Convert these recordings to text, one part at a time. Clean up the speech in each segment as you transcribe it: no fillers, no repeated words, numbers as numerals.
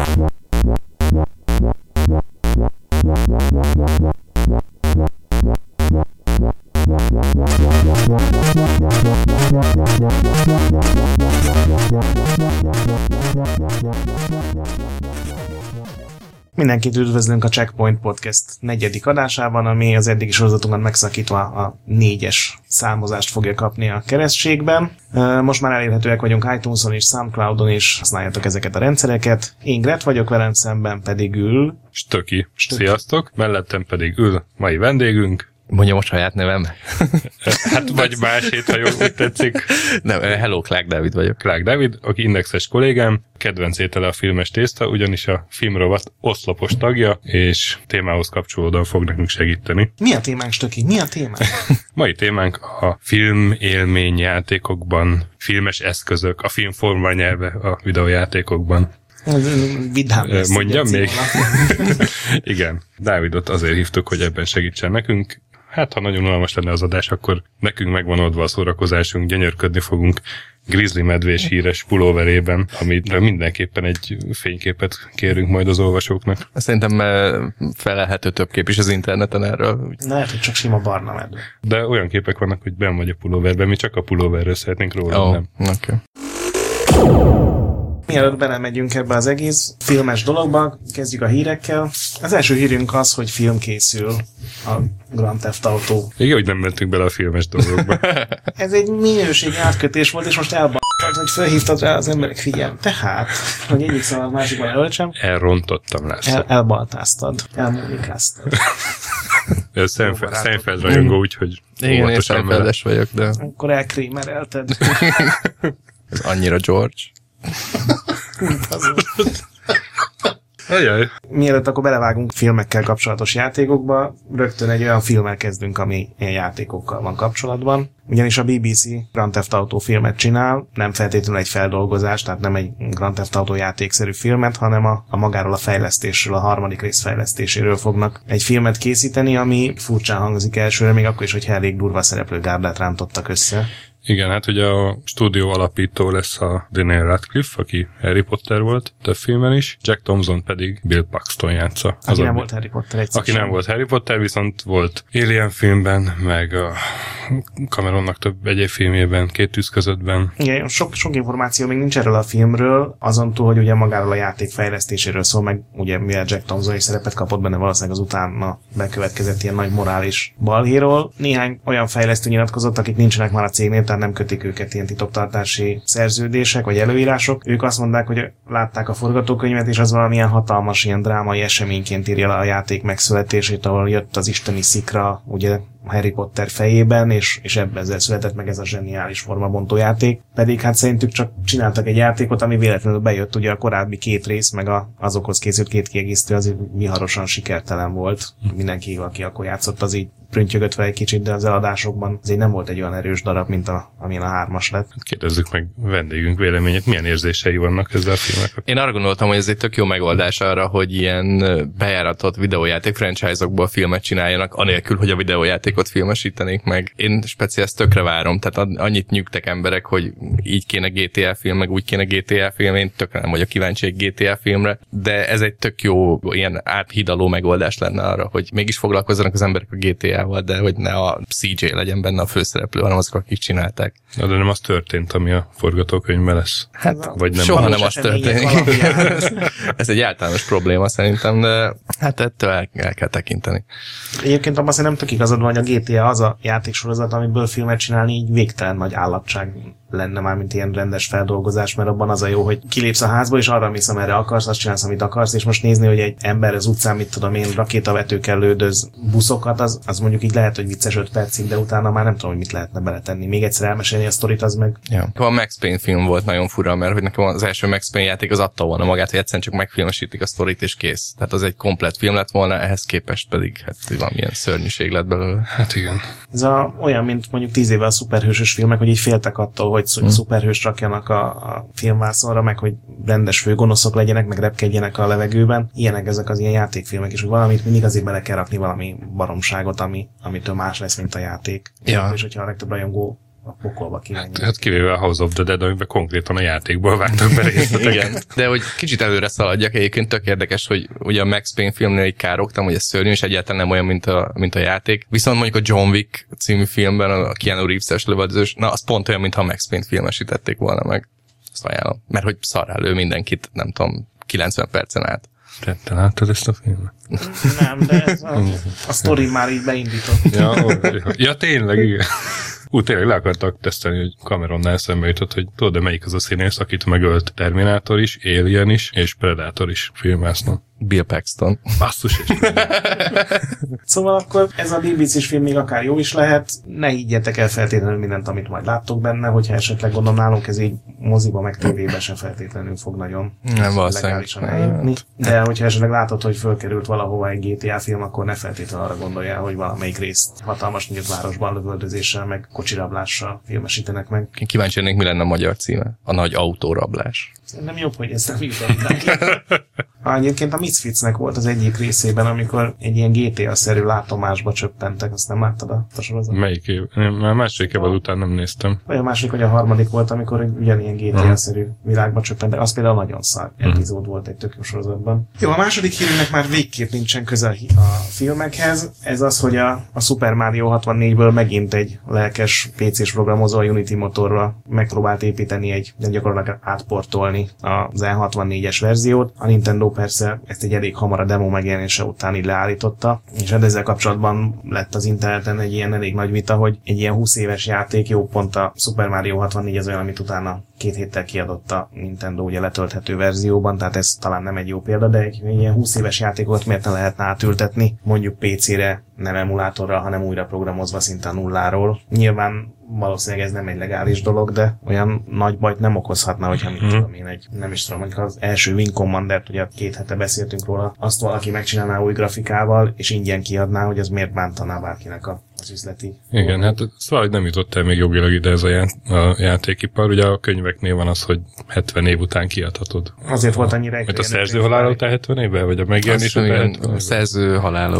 Mindenkit üdvözlünk a Checkpoint Podcast 4. adásában, ami az eddigi sorozatunkat megszakítva a 4-es számozást fogja kapni a keresztségben. Most már elérhetőek vagyunk iTunes-on és Soundcloud-on is, használjátok ezeket a rendszereket. Én Gret vagyok, velem szemben pedig ül... Stöki. Sziasztok! Mellettem pedig ül mai vendégünk. Mondjam a saját nevem? Hát vagy másét, ha jól úgy tetszik. Nem, hello, Clark Dávid vagyok. Clark Dávid, aki indexes kollégám, kedvenc étele a filmes tészta, ugyanis a filmrovat oszlopos tagja, és témához kapcsolódóan fog nekünk segíteni. Mi a témánk, Stöki? Mi a témánk? Mai témánk a filmélményjátékokban, filmes eszközök, a filmforma nyelve a videójátékokban. Vidám lesz. Mondjam még? Igen. Dávidot azért hívtuk, hogy ebben segítsen nekünk. Hát, ha nagyon unalmas lenne az adás, akkor nekünk megvan oldva a szórakozásunk, gyönyörködni fogunk grizzly medvés híres pulóverében, amire mindenképpen egy fényképet kérünk majd az olvasóknak. Szerintem felelhető több kép is az interneten erről. Lehet, hogy csak sima barna medve. De olyan képek vannak, hogy benn vagy a pulóverben, mi csak a pulóverről szeretnénk róla, nem? Okay. Mielőtt belemegyünk ebbe az egész filmes dologba, kezdjük a hírekkel. Az első hírünk az, hogy film készül a Grand Theft Auto. Igen, hogy nem mentünk bele a filmes dolgokba. Ez egy minőségi átkötés volt, és most elbasztad, hogy felhívtad rá az emberek figyelmet. Tehát, hogy egyik szavát másikban elöltsem. Elrontottam, László. Elbaltáztad. Elmúlikáztad. Ez Seinfeld rajongó, úgyhogy igen, én Seinfeldes vagyok, de... Akkor elkrémerelted. Ez annyira George. Ajaj. Mielőtt akkor belevágunk filmekkel kapcsolatos játékokba, rögtön egy olyan filmmel kezdünk, ami ilyen játékokkal van kapcsolatban. Ugyanis a BBC Grand Theft Auto filmet csinál, nem feltétlenül egy feldolgozás, tehát nem egy Grand Theft Auto játékszerű filmet, hanem a magáról a fejlesztésről, a harmadik rész fejlesztéséről fognak egy filmet készíteni, ami furcsán hangzik elsőre, még akkor is, hogy elég durva szereplőgárdát rántottak össze. Igen, hát ugye a stúdió alapító lesz a Daniel Radcliffe, aki Harry Potter volt több filmben is, Jack Thompson pedig Bill Paxton játsza. Aki nem volt Harry Potter egyszer. Aki nem volt Harry Potter, viszont volt Alien filmben, meg a Cameronnak több egyéb filmjében, Két tűz közöttben. Igen, sok információ még nincs erről a filmről, azon túl, hogy ugye magáról a játék fejlesztéséről szól, meg ugye mivel Jack Thompson is szerepet kapott benne, valószínűleg az utána bekövetkezett ilyen nagy morális balhéról. Néhány olyan fejlesztő nyilatkozott, akik nincsenek már a cégnél, nem kötik őket ilyen titoktartási szerződések vagy előírások. Ők azt mondták, hogy látták a forgatókönyvet, és az valamilyen hatalmas ilyen drámai eseményként írja le a játék megszületését, ahol jött az isteni szikra, ugye Harry Potter fejében, és ebben ezzel született meg ez a zseniális formabontó játék. Pedig hát szerintük csak csináltak egy játékot, ami véletlenül bejött, ugye a korábbi 2 rész, meg azokhoz készült 2 kiegészítő, az viharosan sikertelen volt. Mindenki, aki akkor játszott, az így prüntjögött fel egy kicsit, de az eladásokban azért nem volt egy olyan erős darab, mint amilyen a 3-as lett. Kérdezzük meg vendégünk véleményét, milyen érzései vannak ezzel a filmnek? Én arra gondoltam, hogy ez egy tök jó megoldás arra, hogy ilyen bejáratott videójáték franchise-okból filmet csináljanak, anélkül, hogy a videójátékot filmesítenék meg. Én speciál ezt tökre várom, tehát annyit nyugtek emberek, hogy így kéne GTA film, meg úgy kéne GTA film, én tökre nem vagyok kíváncsi egy GTA filmre, de ez egy tök jó ilyen áthidaló megoldás lenne arra, hogy mégis foglalkozzanak az emberek a GTA-val, de hogy ne a CJ legyen benne a főszereplő, hanem azok, akik csinálták. De nem az történt, ami a forgatókönyvben lesz. Hát vagy nem soha nem az történik. Ez egy általános probléma szerintem, de hát ettől el kell tekinteni. Egyébként abban szerintem tök igazad van, hogy a GTA az a játéksorozat, amiből filmet csinálni így végtelen nagy állatság lenne már, mint ilyen rendes feldolgozás, mert abban az a jó, hogy kilépsz a házból, és arra mész, amerre akarsz, azt csinálsz, amit akarsz, és most nézni, hogy egy ember az utcán, mit tudom én, rakétavetőkkel lődöz buszokat, az mondjuk így lehet, hogy vicces 5 percig, de utána már nem tudom, hogy mit lehetne beletenni. Még egyszer elmesélni a sztorit, az meg... Ja. A Max Payne film volt nagyon fura, mert hogy nekem az első Max Payne játék az adta volna magát, hogy egyszerűen csak megfilmesítik a sztorit, és kész. Tehát az egy komplett film lett volna, ehhez képest pedig hát valamilyen szörnyűség lett belőle. Hát igen. Ez olyan, mint mondjuk 10 éve a szuperhősös filmek, hogy így féltek attól, hogy szuperhőst rakjanak a filmvászonra, meg hogy rendes főgonoszok legyenek, meg repkedjenek a levegőben. Ilyenek ezek az ilyen játékfilmek, és hogy valamit mindig azért bele kell rakni valami baromságot, amitől más lesz, mint a játék. Ja. És hogyha a legtöbb rajongó a pokolba kívánják. Hát kivéve a House of the Dead, amiben konkrétan a játékból vágtak be részletek. Igen, de hogy kicsit előre szaladjak, egyébként tök érdekes, hogy ugye a Max Payne filmnél így károgtam, hogy ez szörnyű, és egyáltalán nem olyan, mint a játék. Viszont mondjuk a John Wick című filmben a Keanu Reeves-es lövöldözős, na az pont olyan, mintha a Max Payne filmesítették volna meg. Azt ajánlom. Mert hogy szarrá lő mindenkit, nem tudom, 90 percen át. Te láttad ezt a filmet? Nem, de ez a sztori már így beindított. Ja, tényleg, igen. Tényleg le akartak tesztelni, hogy Cameronnál eszembe jutott, hogy tudod, de melyik az a színész, akit megölt Terminátor is, Alien is, és Predator is filmásznak. Bill Paxton. Basszus is. Szóval akkor ez a BBC-s film még akár jó is lehet, ne higgyetek el feltétlenül mindent, amit majd láttok benne, hogyha esetleg gondolom nálunk ez így moziba meg tévébe sem feltétlenül fog nagyon legálisan eljutni. De hogyha esetleg látod, hogy fölkerült valahova egy GTA film, akkor ne feltétlenül arra gondoljál, hogy valamelyik részt hatalmas nyílt városban lövöldözéssel, meg kocsirablással filmesítenek meg. Én kíváncsi lennék, mi lenne a magyar címe. A nagy autórablás. Szerintem jobb, hogy ezt nem jutott. Egyébként a Misfitsnek volt az egyik részében, amikor egy ilyen GTA-szerű látomásba csöppentek, azt nem láttad a sorozatot? Melyik év? Már második évad után nem néztem. Vagy a második, vagy a harmadik volt, amikor egy ugyanilyen GTA-szerű világba csöppentek. Az például nagyon szar epizód volt egy tök jó sorozatban. Jó, a második hírünknek már végképp nincsen köze a filmekhez. Ez az, hogy a Super Mario 64-ből megint egy lelkes PC-s programozó a Unity motorra megpróbált építeni gyakorlatilag átportolni az N64-es verziót. A Nintendo persze ezt egy elég hamar a demo megjelenése után így leállította, és ezzel kapcsolatban lett az interneten egy ilyen elég nagy vita, hogy egy ilyen 20 éves játék, jó pont a Super Mario 64 az olyan, amit utána 2 héttel kiadott a Nintendo ugye letölthető verzióban, tehát ez talán nem egy jó példa, de egy ilyen 20 éves játékot miért ne lehetne átültetni, mondjuk PC-re, nem emulátorral, hanem újra programozva szinte a nulláról. Nyilván valószínűleg ez nem egy legális dolog, de olyan nagy bajt nem okozhatna, hogyha mit tudom én nem is tudom, mondjuk az első Wing Commander-t, ugye 2 hete beszéltünk róla, azt valaki megcsinálná új grafikával, és ingyen kiadná, hogy az miért bántaná bárkinek az üzleti. Igen, hát szóval nem jutott el még jogilag ide ez a játékipar. Ugye a könyveknél van az, hogy 70 év után kiadhatod. Azért volt annyira mert a szerző halála után 70 évvel? Vagy a megjelenés után? A szerző halála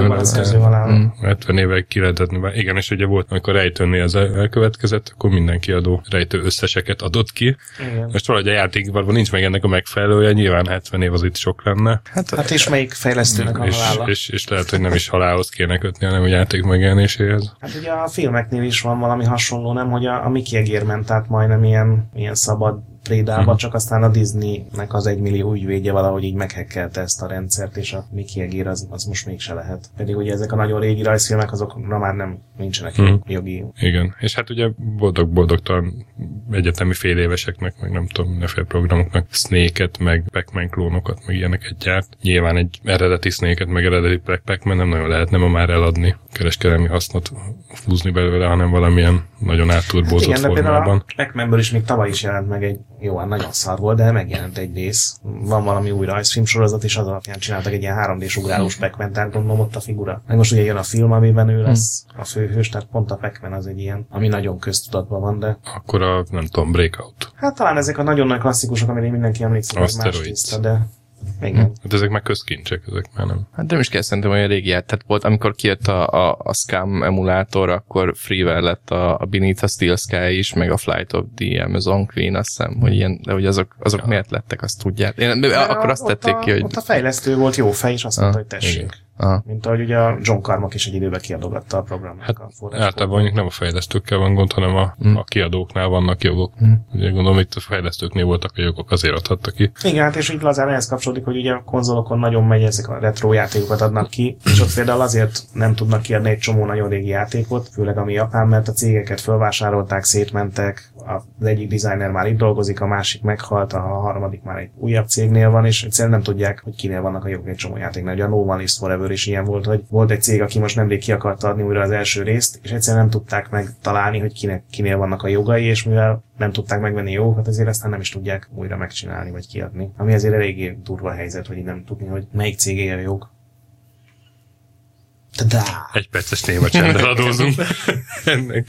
után. 70 évvel ki lehetett. Igen, és ugye volt, amikor rejtőnél az elkövetkezett, akkor minden kiadó rejtő összeseket adott ki. Igen. Most valahogy a játékiparban nincs meg ennek a megfelelője, nyilván 70 év az itt sok lenne. Hát és melyik fejlesztőnek a halála? És lehet, hogy nem is halálhoz kéne kötni, hanem a játék megjelenéséhez. Hát ugye a filmeknél is van valami hasonló, nem, hogy a Mickey Egér ment át majdnem ilyen szabad prédába, csak aztán a Disneynek az 1 millió ügyvédje valahogy így meghekkelte ezt a rendszert, és a Mickey Egér az most mégse lehet. Pedig ugye ezek a nagyon régi rajzfilmek, azokra már nincsenek jogi. Igen, és hát ugye boldog-boldogtalan egyetemi féléveseknek, meg nem tudom, mindenféle programoknak Snake-et, meg Pac-Man klónokat, meg ilyeneket gyárt. Nyilván egy eredeti Snake-et, meg eredeti Pac-Man nem nagyon lehetne ma már eladni, kereskedelmi hasznot húzni belőle, hanem valamilyen nagyon átturbózott formában. A Pac-Manből is még tavaly is jelent meg egy jó, nagyon szar volt, de megjelent egy rész. Van valami új rajzfilm sorozat, és az alapján csináltak egy ilyen 3D-s ugrálós Pac-Man, tehát gondolom ott a figura. Meg most ugye jön a film, amiben ő lesz a főhős, tehát pont a Pac-Man az egy ilyen, ami nagyon köztudatban van, de... Akkor a, nem tudom, Breakout. Hát talán ezek a nagyon nagy klasszikusok, amire mindenki emlékszik, az más tiszta, de... Igen. Hát ezek már közkincsek, ezek már nem. Hát nem is kell szerintem olyan régi tehát volt, amikor kijött a Scum emulátor, akkor freeware lett a Beneath a Steel Sky is, meg a Flight of the Amazon Queen, azt hiszem, hogy ilyen, de hogy azok miért lettek, azt tudják. Akkor azt tették ki, hogy... Ott a fejlesztő volt jó fej, és azt mondta, hogy tessék. Igen. Mint ahogy ugye a John Carmack is egy időben kiadogatta a programnak hát a forrást. Általában mondjuk nem a fejlesztőkkel van gond, hanem a kiadóknál vannak jogok. Ugye gondolom, itt a fejlesztőknél voltak a jogok, azért adhatta ki. Igen, hát és így lazán ehhez kapcsolódik, hogy ugye a konzolokon nagyon megy, ezek a retro játékokat adnak ki, és ott például azért nem tudnak kiadni egy csomó nagyon régi játékot, főleg ami japán, mert a cégeket fölvásárolták, szétmentek, az egyik designer már itt dolgozik, a másik meghalt, a harmadik már egy újabb cégnél van, és egyszerűen nem tudják, hogy kinél vannak a jogok egy csomó játéknál. Ugye a No One Lives Forever is ilyen volt, hogy volt egy cég, aki most nemrég ki akarta adni újra az első részt, és egyszerűen nem tudták megtalálni, hogy kinél vannak a jogai, és mivel nem tudták megvenni jogokat, ezért aztán nem is tudják újra megcsinálni, vagy kiadni. Ami azért eléggé durva helyzet, hogy így nem tudni, hogy melyik cégé a jog. Tada! 1 perces néma csendet adózunk ennek.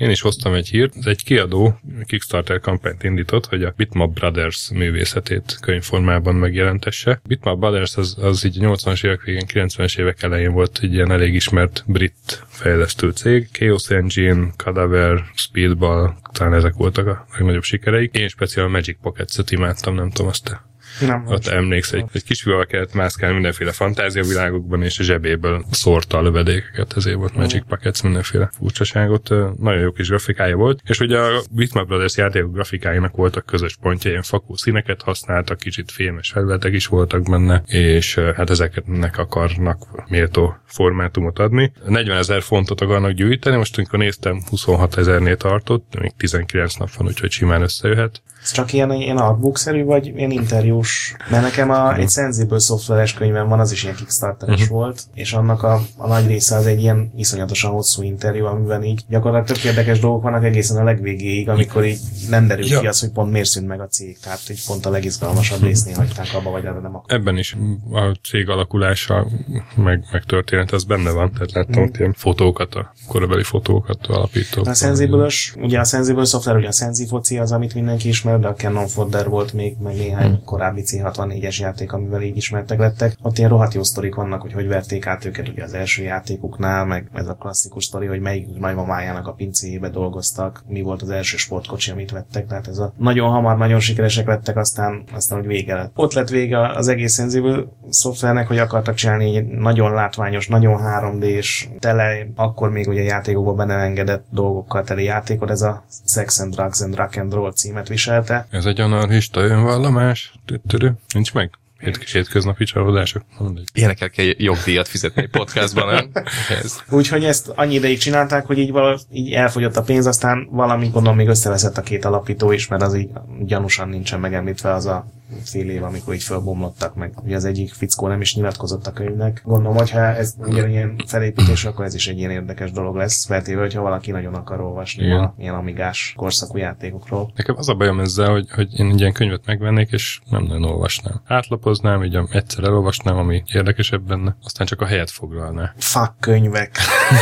Én is hoztam egy hírt, ez egy kiadó Kickstarter kampányt indított, hogy a Bitmap Brothers művészetét könyvformában megjelentesse. Bitmap Brothers az így 80-as évek végén, 90-es évek elején volt egy ilyen elég ismert brit fejlesztő cég. Chaos Engine, Cadaver, Speedball, talán ezek voltak a legnagyobb sikereik. Én speciál a Magic Pockets-et imádtam, nem tudom, azt te. Nem, ott emlékszel, egy kisfiúval kellett mászkálni mindenféle fantáziavilágokban, és a zsebéből szórta a lövedékeket, ezért volt Magic Pockets, mindenféle furcsaságot. Nagyon jó kis grafikája volt, és ugye a Bitmap Brothers játékok grafikáinak voltak közös pontja, ilyen fakó színeket használtak, kicsit filmes felületek is voltak benne, és hát ezeknek akarnak méltó formátumot adni. 40 000 fontot akarnak gyűjteni, most amikor néztem, 26 000-nél tartott, még 19 nap van, úgyhogy simán összejöhet. Ez csak ilyen artbook-szerű, vagy ilyen interjús? Mert nekem egy Sensible szoftveres könyvem van, az is ilyen Kickstarteres volt, és annak a nagy része az egy ilyen iszonyatosan hosszú interjú, amiben így gyakorlatilag tök érdekes dolgok vannak egészen a legvégéig, amikor így nem derül ki az, hogy pont miért szűnt meg a cég. Tehát így pont a legizgalmasabb résznél hagyták abba, vagy arra nem akar. Ebben is a cég alakulása, meg történet, az benne van, tehát láttam ott ilyen fotókat, a korabeli fotókat alapítók. A Sensible-ös, ugye a Sensible szoftver, ugye a Sensi foci az, amit mindenki ismer, de a Cannon Fodder volt még, meg néhány korábbi C64-es játék, amivel így ismertek lettek. Ott ilyen rohadt jó sztorik vannak, hogy verték át őket ugye az első játékuknál, meg ez a klasszikus sztori, hogy melyik nagymamájának a pincéjébe dolgoztak, mi volt az első sportkocsi, amit vettek, tehát ez a nagyon hamar, nagyon sikeresek lettek, aztán hogy vége lett. Ott lett vége az egész Sensible szoftvernek, hogy akartak csinálni egy nagyon látványos, nagyon 3D-s, tele, akkor még ugye játékokban benne engedett dolgokkal teli játékot, ez a Sex and Drugs and Rock and Roll címet viselte. Ez egy anarchista önvallomás? Nincs meg? Hétköznapi csalódások? Ilyenekkel kell jogdíjat fizetni podcastban, nem? Úgyhogy ezt annyi ideig csinálták, hogy így elfogyott a pénz, aztán valami gondolom még összeveszett a két alapító is, mert az így gyanúsan nincsen megemlítve az a fél év, amikor így fölbomlottak meg. Ugye az egyik fickó nem is nyilatkozott a könyvnek. Gondolom, hogyha ez ugyanilyen felépítés, akkor ez is egy ilyen érdekes dolog lesz, feltéve, hogyha valaki nagyon akar olvasni ilyen amigás korszakú játékokról. Nekem az a bajom ezzel, hogy én egy ilyen könyvet megvennék, és nem nagyon olvasnám. Átlapoznám, így egyszer elolvasnám, ami érdekesebb benne, aztán csak a helyet foglalná. Fuck könyvek.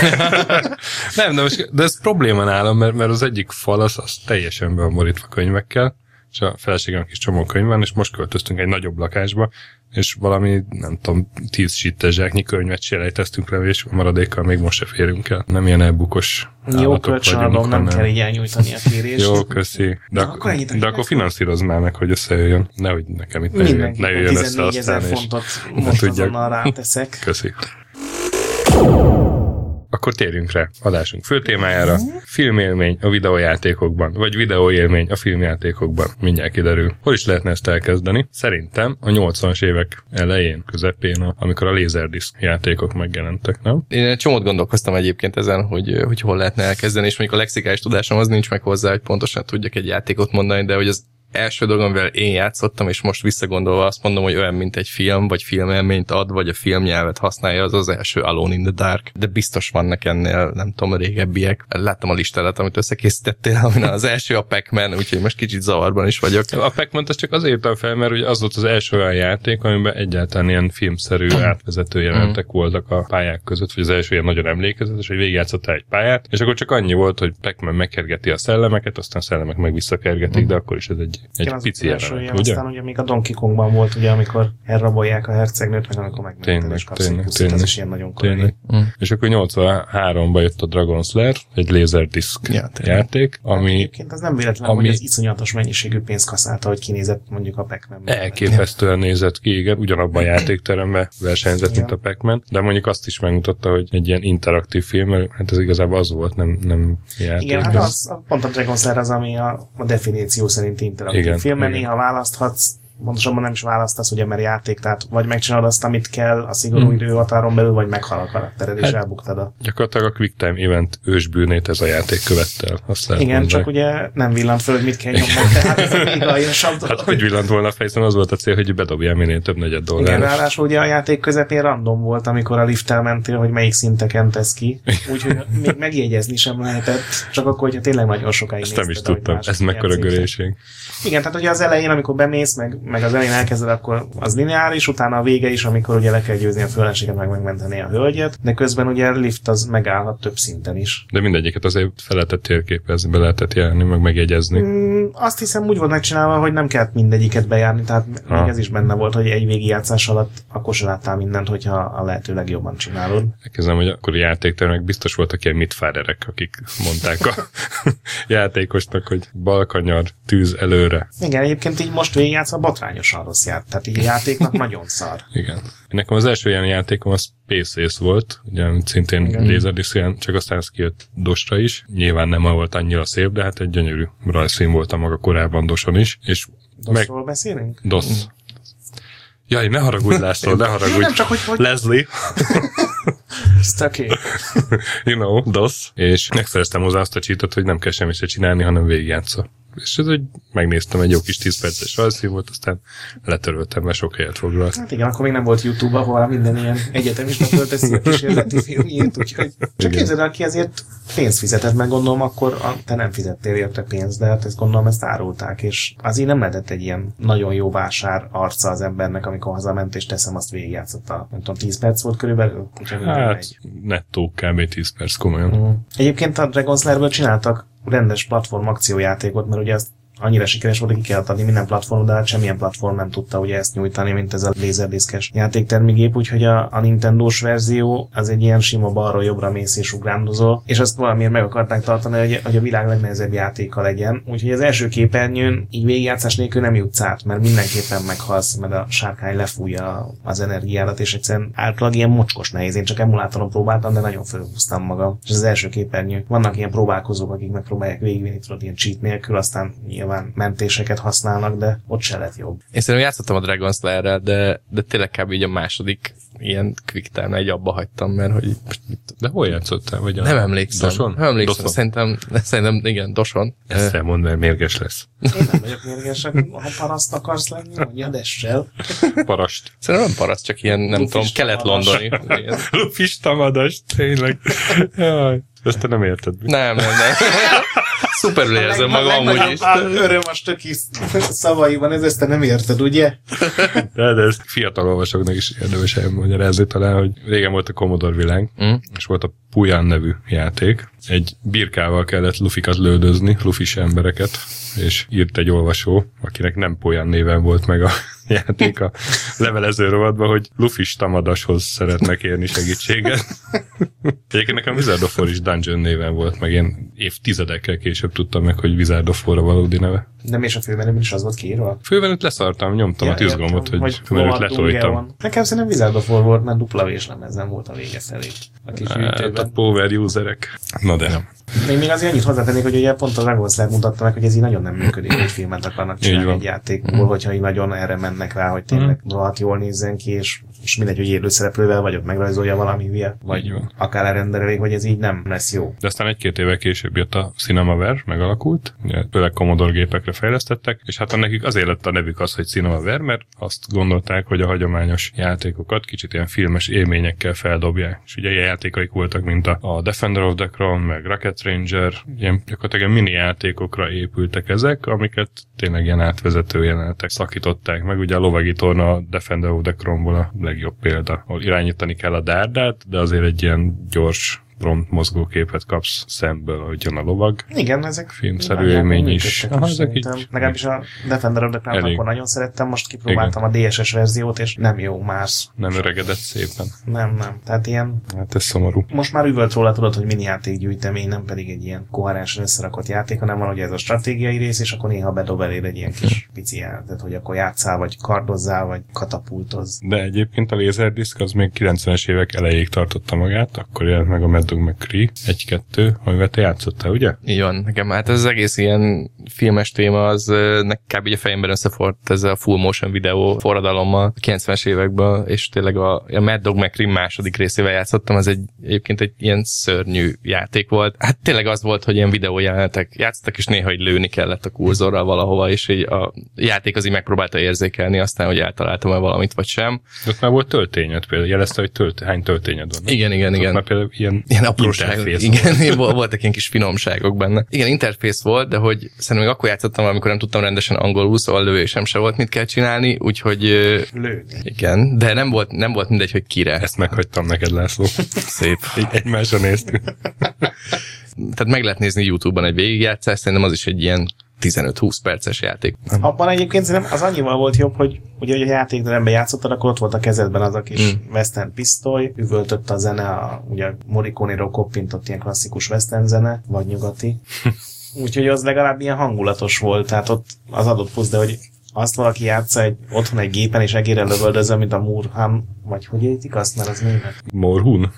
Nem, de ez probléma nálam, mert az egyik fal az teljesen be van borítva könyvekkel, és a feleségemnek is csomó könyv van, és most költöztünk egy nagyobb lakásba, és valami, nem tudom, 10 sittes zsáknyi könyvet selejteztünk le, és a maradékkal még most se férünk el. Nem ilyen elbukos állatok vagyunk. Nem kell így elnyújtani a kérést. Jó, köszi. De akkor finanszírozd már meg, hogy összejöjjön. Nehogy nekem itt ne jöjjön össze aztán, 14 000 fontot most azonnal ráteszek. Köszi. Akkor térjünk rá adásunk fő témájára. Filmélmény a videójátékokban, vagy videóélmény a filmjátékokban. Mindjárt kiderül. Hol is lehetne ezt elkezdeni? Szerintem a 80-as évek elején, közepén, amikor a Laserdisc játékok megjelentek, nem? Én egy csomót gondolkoztam egyébként ezen, hogy hol lehetne elkezdeni, és mondjuk a lexikális tudásom az nincs meg hozzá, hogy pontosan tudjak egy játékot mondani, de hogy az első dolog, amivel én játszottam, és most visszagondolva azt mondom, hogy olyan, mint egy film, vagy filmélményt ad, vagy a filmnyelvet használja, az első Alone in the Dark. De biztos vannak ennél, nem tudom, régebbiek. Láttam a listát, amit összekészítettél, amin az első a Pac-Man, úgyhogy most kicsit zavarban is vagyok. A Pac-Man-t az csak azért írtam fel, mert ugye az volt az első olyan játék, amiben egyáltalán ilyen filmszerű átvezető jelentek voltak a pályák között, vagy az első ilyen nagyon emlékezetes, hogy végigjátszottál egy pályát, és akkor csak annyi volt, hogy Pac-Man megkergeti a szellemeket, aztán szellemek meg visszakergetik, de akkor is ez egy pici jelenet, ugye? Aztán ugye még a Donkey Kongban volt, ugye, amikor elrabolják a hercegnőt, meg amikor megmented, és kapsz egy puszit, az is ilyen nagyon korai. És akkor 83-ban jött a Dragon Slayer, egy Laserdisc játék, ami... Egyébként az nem véletlen, hogy az iszonyatos mennyiségű pénzt kaszálta, hogy kinézett mondjuk a Pac-Man. Elképesztően nézett ki, igen, ugyanabban a játékteremben versenyzett, mint a Pac-Man, de mondjuk azt is megmutatta, hogy egy ilyen interaktív film, hát ez igazából az volt, nem játék. Igen, hát pont a Dragon Slayer az, ami a definíció szerint interaktív filmben, néha választhatsz, pontosabban nem is választasz, ugye, mert játék, tehát vagy megcsinálod azt, amit kell a szigorú időhatáron belül, vagy meghal a karaktered, és elbuktad a... Gyakorlatilag a Quick Time Event ősbűnét ez a játék követte el. Igen, csak ugye nem villant föl, hogy mit kell nyomnod, tehát ez egy igazsabb dolog. Hát hogy villant volna fel, hiszen az volt a cél, hogy bedobjál minél több $4. Igen, ráadásul ugye a játék közepén random volt, amikor a lifttel mentél, hogy melyik szinteken tesz ki, úgyhogy még megjegyezni sem lehetett, csak akkor, hogyha tényleg nagyon sokáig nézted. Ezt nem is tudtam, ez mekkora göréség. Igen, tehát ugye az elején, amikor bemész, meg az elején elkezded, akkor az lineáris, utána a vége is, amikor ugye le kell győzni a főlenséget, meg megmenteni a hölgyet, de közben ugye a lift az megállhat több szinten is. De mindegyiket azért fel lehetett térképezni, be lehetett járni, meg megjegyezni. Azt hiszem úgy volt megcsinálva, hogy nem kellett mindegyiket bejárni, tehát még ez is benne volt, hogy egy végigjátszás alatt akkor se láttál mindent, hogyha a lehető legjobban csinálod. Elkezdem, hogy akkor a játéktermek biztos voltak ilyen mitfárerek, akik mondták a játékosnak, hogy balkanyar, tűz előre. Igen, egyébként így most végigjátszva botrányosan rossz játék, tehát így a játéknak nagyon szar. Igen. Nekem az első ilyen játékom az Space Ace volt, ugye szintén Laserdisc, csak aztán ez kijött DOS-ra is. Nyilván nem volt annyira szép, de hát egy gyönyörű rajzfilm volt a maga korábban DOS-on is. És DOS-ról beszélünk? DOS. Jaj, ne haragudj, László, ne haragudj. Nem csak, hogy Leslie. It's okay. You know, DOS. És megszereztem hozzá azt a cheatot, hogy nem kell semmit se csinálni, hanem végigjátsza. És ez, hogy megnéztem, egy jó kis 10 perces rajzfilm volt, aztán letöröltem, mert sok helyet foglalt. Hát igen, akkor még nem volt YouTube, ahol minden ilyen egyetemista fölteszi a kísérleti filmjét, úgyhogy csak képzeld el, ki azért pénzt fizetett, meg gondolom, akkor te nem fizettél érte pénzt, de hát ezt gondolom, ezt árulták, és azért nem lehetett egy ilyen nagyon jó vásár arca az embernek, amikor hazament, és teszem, azt végigjátszotta. Nem tudom, 10 perc volt körülbelül? Hát, nettó kb. 10 perc, komolyan. Egyébként a Dragon's Lair-ből csináltak rendes platform akciójátékot, mert ugye ezt annyira sikeres volt, hogy ki kellett adni minden platformon, de hát semmilyen platform nem tudta ugye ezt nyújtani, mint ez a laserdisc-es játéktermigép, úgyhogy a Nintendo-s verzió az egy ilyen sima balról jobbra mész és ugrándozol, és azt valamiért meg akarták tartani, hogy a világ legnehezebb játéka legyen, úgyhogy az első képernyőn így végigjátszás nélkül nem jutsz át, mert mindenképpen meghalsz, mert a sárkány lefújja az energiádat, és egyszerűen általában ilyen mocskos nehéz. Én csak emulátoron próbáltam, de nagyon fölhúztam magam. És az első képernyő. Vannak ilyen próbálkozók, akik megpróbálják végigvinni, tudod, ilyen cheat nélkül, aztán nyilván mentéseket használnak, de ott se lett jobb. Én szerintem játszottam a Dragon's Lair-rel, de tényleg kb. Így a második ilyen quick time egy abba hagytam, mert hogy... De hol játszottál? Vagy nem emlékszem. Doson? Nem emlékszem. Szerintem igen, Doson. Ezt elmond, mert mérges lesz. Én nem vagyok mérges, ha paraszt akarsz lenni, mondjad essel. Parast. Szerintem nem paraszt, csak ilyen, nem tudom, kelet-londoni. Lufis tamadas, tényleg. Jaj, ezt te nem érted. Nem. Szuperül érzem magam amúgy is. Öröm a stöki szavaiban, ezt te nem érted, ugye? De ezt fiatal olvasóknak is érdemes elmagyarázni talán, hogy régen volt a Commodore világ, és volt a Puyan nevű játék. Egy birkával kellett lufikat lődözni, lufis embereket, és írt egy olvasó, akinek nem Puyan néven volt meg a játék a levelező rovatban, hogy Lufis Tamadashoz szeretnek érni segítséget. Egyébként nekem Wizard of War is Dungeon néven volt, meg ilyen évtizedekkel később tudtam meg, hogy Wizard of War a valódi neve. Nem, és a főmenüben is az volt kiírva? Főmenüt leszartam, nyomtam a tűzgombot, hogy főmenüt letoltam. Nekem szerintem Wizard of War volt, mert dupla véslemezen volt a vége felé. Hát a power userek. Na de. Még azért annyit hozzátennék, hogy ugye pont a Dragon's Lair mutatta meg, hogy ez így nagyon nem működik, hogy filmet akarnak csinálni egy játékból, hogyha így nagyon erre mennek rá, hogy tényleg rohadt jól nézzen ki, és mindegy, hogy élőszereplővel vagy ott megrajzolja valami hülye, vagy akár elrendelik, hogy ez így nem lesz jó. De aztán egy-két évvel később jött a Cinemaware, megalakult, főleg Commodore gépekre fejlesztettek, és hát nekik azért lett a nevük az, hogy Cinemaware, mert azt gondolták, hogy a hagyományos játékokat kicsit ilyen filmes élményekkel feldobják. És ugye ilyen játékaik voltak, mint a Defender of the Crown, meg Rocket Ranger, ilyen gyakorlatilag mini játékokra épültek ezek, amiket tényleg ilyen átvezető jelenetek szakították meg. Ugye a lovagi torna a Defender of the Crownból a legjobb példa, ahol irányítani kell a dárdát, de azért egy ilyen gyors prompt mozgóképet kapsz szemből, ahogy jön a lovag. Igen, ezek filmszerű élmény is. Ezek így legalábbis a Defender of the Crown akkor nagyon szerettem, most kipróbáltam a DSS verziót, és nem jó más. Nem öregedett szépen. Nem. Tehát ilyen... Hát ez szomorú. Most már üvölt róla, tudod, hogy mini játékgyűjtemény, nem pedig egy ilyen koherensen összerakott játék, hanem van ugye ez a stratégiai rész, és akkor néha bedob eléd egy ilyen kis pici játék, hogy akkor játszál, vagy kardozzál, vagy katapultozz. De egyébként a Laserdisc az még 90-es évek elejéig tartotta magát, akkor jelent meg a Mad Dog McCree 1-2, amivel te játszottál, ugye? Így van, nekem hát ez az egész ilyen filmes téma, az kb. A fejemben összefort ez a full motion videó forradalommal a 90-es években, és tényleg a Mad Dog McCree második részével játszottam, ez egyébként egy ilyen szörnyű játék volt. Hát tényleg az volt, hogy ilyen videójelenetek játszottak, és néha így lőni kellett a kurzorral valahova, és így a játék az így megpróbálta érzékelni, aztán, hogy eltaláltam-e valamit, vagy sem. De ott már volt töltényed például, jelezte, hogy hány töltényed van. Igen. Már például ilyen Igen, apróságok. Igen, voltak ilyen kis finomságok benne. Igen, interfész volt, de hogy szerintem még akkor játszottam, amikor nem tudtam rendesen angolul, szóval lövésem se volt, mit kell csinálni, úgyhogy... Lőni. Igen, de nem volt mindegy, hogy kire. Ezt meghagytam neked, László. Szép. Egymásra néztünk. Tehát meg lehet nézni YouTube-ban egy végigjátszást, szerintem az is egy ilyen 15-20 perces játék. Abban egyébként szerintem az annyival volt jobb, hogy ugye, hogy a játékteremben játszottad, akkor ott volt a kezedben az a kis western pisztoly, üvöltött a zene, ugye Morricone-ról koppintott ilyen klasszikus western zene, vagy nyugati. Úgyhogy az legalább ilyen hangulatos volt, tehát ott az adott plusz, de hogy azt valaki játsza otthon egy gépen, és egére lövöldözöl, mint a Murham, vagy hogy értik azt, mert az német? Morhun?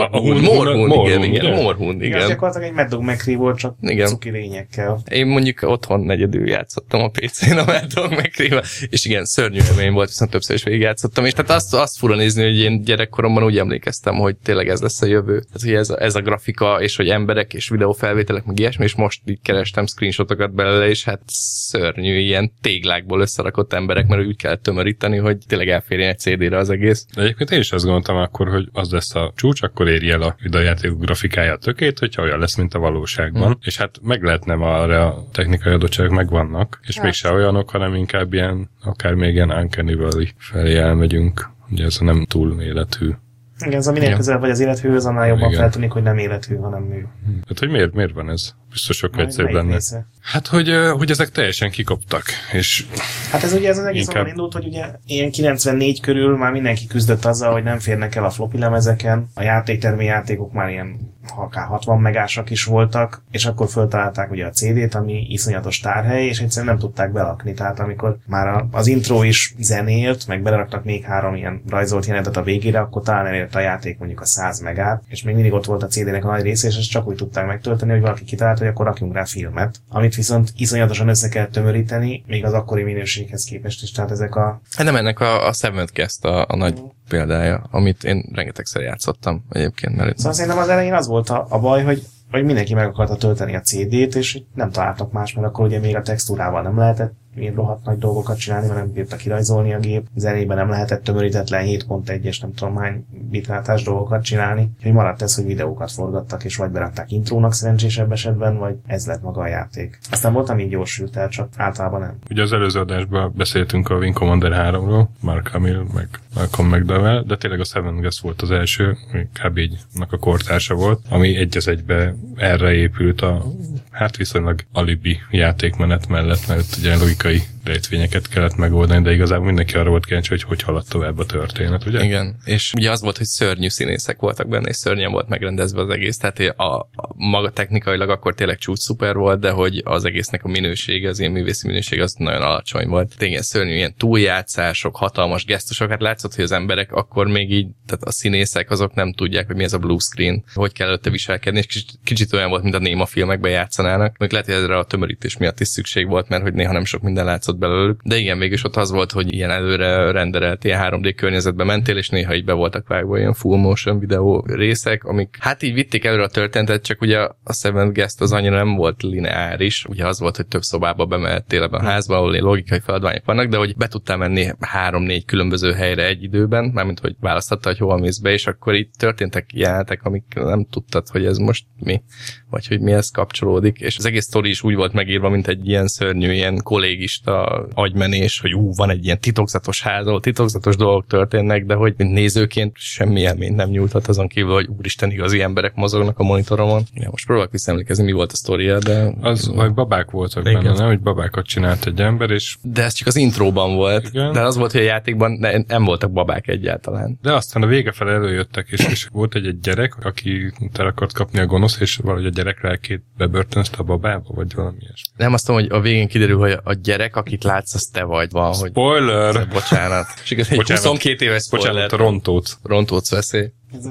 Morhun, igen. Igen, gyakorlatilag egy Mad Dog McCree volt, csak cuki lényekkel. Én mondjuk otthon egyedül játszottam a PC-n a Mad Dog McCree-vel, és igen, szörnyű élmény volt, viszont többször is végigjátszottam, és tehát azt fura nézni, hogy én gyerekkoromban úgy emlékeztem, hogy tényleg ez lesz a jövő. Tehát, hogy ez a grafika, és hogy emberek, és videófelvételek, meg ilyesmi, és most így kerestem screenshotokat belőle, és hát szörnyű, ilyen téglákból összerakott emberek, mert úgy kellett tömöríteni, hogy tényleg elférjen egy CD-re az egész. De egyébként én is azt gondoltam akkor, hogy az lesz a csúcs, akkor éri el a videójáték grafikája a tökét, hogyha olyan lesz, mint a valóságban. És hát meg lehetne arra a technikai adottságok megvannak, és mégse olyanok, hanem inkább ilyen, akár még ilyen Uncanny Valley felé elmegyünk. Ugye ez a nem túl élethű. Igen, ez a minél közelebb vagy az élethűhöz, annál jobban feltűnik, hogy nem élethű, hanem mű. Hát, hogy miért van ez? Biztos sokkal egyszerűbb lenne. Hát, hogy ezek teljesen kikoptak, és... Hát ez ugye ez az egész onnan indult, hogy ugye ilyen 94 körül már mindenki küzdött azzal, hogy nem férnek el a floppy lemezeken, a játéktermi játékok már ilyen akár 60 megásak is voltak, és akkor föltalálták ugye a CD-t, ami iszonyatos tárhely, és egyszerűen nem tudták belakni. Tehát amikor már az intro is zenélt, meg beleraktak még 3 ilyen rajzolt jelenetet a végére, akkor talán elérte a játék mondjuk a 100 megát, és még mindig ott volt a CD-nek a nagy része, és ezt csak úgy tudták megtölteni, hogy valaki kitalált, hogy akkor rakjunk rá filmet, amit viszont iszonyatosan össze kell tömöríteni, még az akkori minőséghez képest is. Tehát ezek a... Hát nem, ennek a Seventh Guest a nagy példája, amit én rengetegszer játszottam egyébként. Mert szóval szerintem az elején az volt a baj, hogy mindenki meg akarta tölteni a CD-t, és nem találtak más, mert akkor ugye még a textúrával nem lehetett ilyen rohadt nagy dolgokat csinálni, mert nem bírta kirajzolni a gép. Zenében nem lehetett tömörítetlen 7.1-es nem tudom hány bitrátás dolgokat csinálni. Úgyhogy maradt ez, hogy videókat forgattak, és vagy berakták intrónak szerencsésebb esetben, vagy ez lett maga a játék. Aztán volt, ami gyorsült el, csak általában nem. Ugye az előző adásban beszéltünk a Wing Commander 3-ról, Mark Hamill, meg Malcolm McDowell, de tényleg a Seven Guest volt az első, kb. Így-nak a kortársa volt, ami egy az egybe erre épült a viszonylag alibi játékmenet mellett, mert ugye logikai rejtvényeket kellett megoldani, de igazából mindenki arra volt kíváncsi, hogy haladt tovább a történet, ugye? Igen, és ugye az volt, hogy szörnyű színészek voltak benne, és szörnyen volt megrendezve az egész, tehát a maga technikailag akkor tényleg csúcs szuper volt, de hogy az egésznek a minősége, az ilyen művészi minőség az nagyon alacsony volt. Tényleg szörnyű, ilyen túljátszások, hatalmas gesztusok, hát látszott, hogy az emberek akkor még így, tehát a színészek azok nem tudják, hogy mi ez a blue screen, hogy kell előtte viselkedni, és kicsit olyan volt, mint a néma filmekben játszanának. Még lehet, hogy ezre a tömörítés miatt is szükség volt, mert hogy néha nem sok minden látszott belőlük. De igen, végülis ott az volt, hogy ilyen előre renderelt, ilyen 3D környezetbe mentél, és néha így be voltak vágva ilyen full motion videó részek, amik hát így vitték előre a történetet, csak ugye a Seventh Guest az annyira nem volt lineáris. Ugye az volt, hogy több szobába bemehettél ebben a házba, ahol logikai feladványok vannak, de hogy be tudtál menni 3-4 különböző helyre egy időben, mármint hogy választhattad, hogy hova mész be, és akkor itt történtek jelenetek, amik nem tudtad, hogy ez most mi, vagy hogy mihez kapcsolódik, és az egész sztori is úgy volt megírva, mint egy ilyen szörnyű, ilyen kollégista agymenés, hogy van egy ilyen titokzatos ház, ahol titokzatos dolgok történnek, de hogy mint nézőként semmi élményt nem nyújthat azon kívül, hogy úristen, igazi emberek mozognak a monitoromon. Ja, most próbálok visszaemlékezni, mi volt a sztoria, de... Az, vagy babák voltak benne, nem? Hogy babákat csinált egy ember, és... De ez csak az intróban volt. Igen. De az volt, hogy a játékban nem voltak babák egyáltalán. De aztán a vége fel előjöttek, és volt egy gyerek, aki el akart kapni a gonosz, és valahogy a gyerek lelkét bebörtönzte a babába, vagy valami ilyesmi. Nem, azt mondom, hogy a végén kiderül, hogy a gyerek, akit látsz, az te vagy. Van, hogy spoiler! Bocsánat. És igaz, egy 22 éves spoiler. Bocsánat, a Rontóc. Rontóc veszély.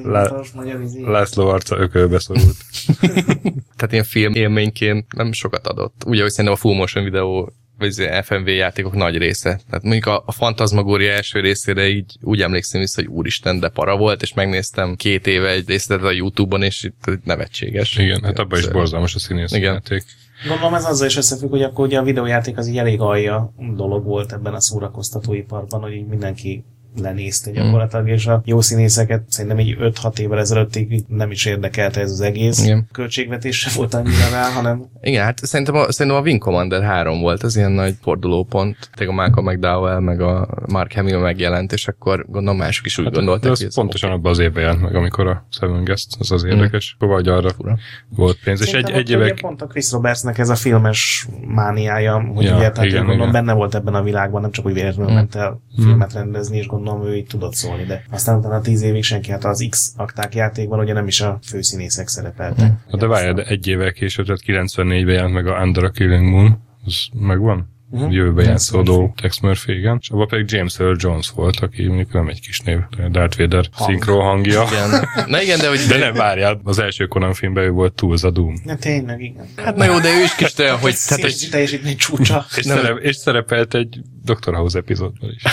László arca ökölbe szorult. Tehát ilyen film élményként nem sokat adott. Ugye, hogy szerintem a full motion videó vagy FMV játékok nagy része. Tehát mondjuk a Fantasmagoria első részére így úgy emlékszem vissza, hogy úristen, de para volt, és megnéztem 2 éve egy részletet a YouTube-on, és itt nevetséges. Igen, hát abban is borzalmas a színészjáték. Gondolom ez azzal is összefügg, hogy akkor ugye a videójáték az így elég alja dolog volt ebben a szórakoztatóiparban, hogy így mindenki lenézte gyakorlatilag, és a jó színészeket szerintem így 5-6 évvel ezelőttig nem is érdekelte ez az egész. Igen. Költségvetés se volt annyira rá, hanem... Igen, hát szerintem a Wing Commander 3 volt az ilyen nagy fordulópont. Tehát a Malcolm McDowell meg a Mark Hamill megjelent, és akkor gondolom mások is úgy gondolták, hogy ez pontosan abban az évben jelent meg, amikor a Seven Guest, az érdekes. Vagy arra volt pénz. És egy évek... Pont a Chris Robertsnek ez a filmes mániája, hogy ugye, tehát igen, gondolom benne volt ebben a világban, nem csak úgy véletlenül ment el filmet rendezni, és gondolom ő így tudott szólni, de aztán utána 10 évig senki, hát az X-akták játékban ugye nem is a főszínészek szerepeltek. De várjál, de egy évvel később, tehát 94-ben jelent meg a Under a Killing Moon, az megvan? Jövőben játszódó Tex Murphy, igen. És abban pedig James Earl Jones volt, aki mondjuk nem egy kis név, Darth Vader szinkron hangja. Igen. Na igen, de hogy... De nem várjál, az első Conan filmben ő volt Tools a Doom. Ja, tényleg, igen. Hát na jó, de ő is kis olyan, hogy... Széles teljesítmény csúcsa. És szerepelt egy Dr. House epizódban is.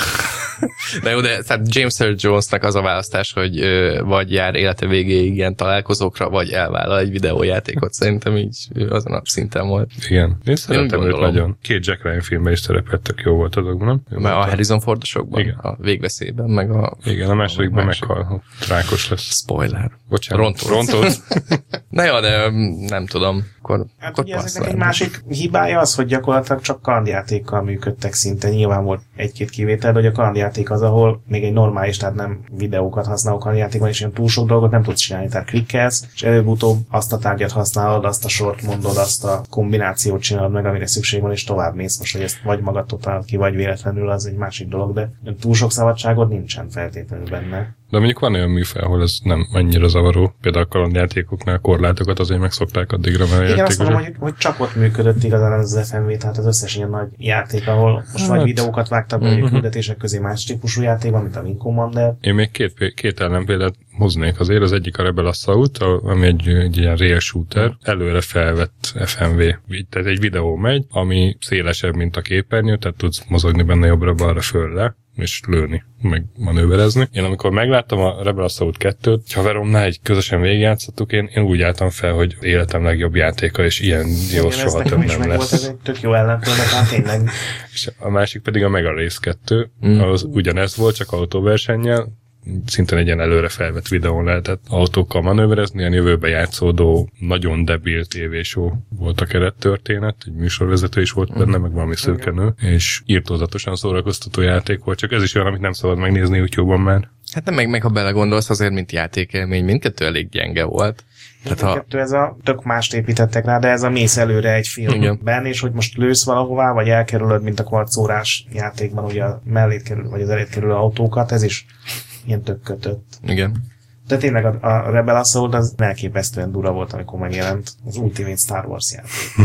De jó, de tehát James Earl Jonesnak az a választás, hogy vagy jár élete végéig ilyen találkozókra, vagy elvállal egy videójátékot. Szerintem így azon a szinten volt. Igen. Én szeretem őt nagyon. 2 Jack Ryan filmben is szerepelt, tök jó volt azokban, nem? Mert a Harrison Fordosokban, igen. A Végveszélyben, meg a... Igen, a másodikban meghal, rákos lesz. Spoiler. Bocsánat. Rontott. Na jó, de nem tudom. Hát akkor ugye ezeknek egy másik hibája az, hogy gyakorlatilag csak kardjátékkal működtek szinte. Nyilván volt egy-két kivétel, de hogy a kardjáték az, ahol még egy normális, tehát nem videókat használó kardjátékban, és ilyen túl sok dolgot nem tudsz csinálni. Tehát klikkelsz, és előbb-utóbb azt a tárgyat használod, azt a sort mondod, azt a kombinációt csinálod meg, amire szükség van, és tovább mész. Most, hogy ezt vagy magadtól találod ki, vagy véletlenül, az egy másik dolog, de túl sok szabadságod nincsen feltétlenül benne. De mondjuk van olyan műfaj, ahol ez nem annyira zavaró. Például a kalandjátékoknál korlátokat azért megszokták addigra, mert igen, azt mondom, hogy csak ott működött igazán az FMV, tehát az összes ilyen nagy játék, ahol most vagy videókat vágtak, vagy küldetések közé más típusú játékban, mint a Wing Commander. Én még két ellenpéldát hoznék azért. Az egyik a Rebel Assault, ami egy ilyen rail shooter, előre felvett FMV. Tehát egy videó megy, ami szélesebb, mint a képernyő, tehát tudsz mozogni benne jobbra-balra fölle, és lőni, meg manőverezni. Én amikor megláttam a Rebel Assault 2-t, haveromnál egy közösen végigjátszottuk, én úgy álltam fel, hogy életem legjobb játéka, és ilyen jó soha több nem lesz. Volt, ez egy tök jó ellenpélda, tehát tényleg. És a másik pedig a Mega Race 2, az ugyanez volt, csak autóversennyel, szintén egy ilyen előre felvett videón lehetett autókkal manőverezni, ilyen jövőbe játszódó, nagyon debil tévéshow volt a kerettörténet, egy műsorvezető is volt benne, meg valami szőkenő, és írtózatosan szórakoztató játék volt, csak ez is olyan, amit nem szabad megnézni YouTube-on már. Hát nem meg ha belegondolsz, azért, mint játékélmény, mindkettő elég gyenge volt. Tehát ez a tök mást építettek rá, de ez a mész előre egy filmben, és hogy most lősz valahová, vagy elkerülöd, mint a kvarcórás játékban, ugye a mellét kerül, vagy az elét kerülő autókat, ez is ilyen tök kötött. Igen. De tényleg a Rebel Assault az elképesztően dura volt, amikor megjelent az Ultimate Star Wars játék.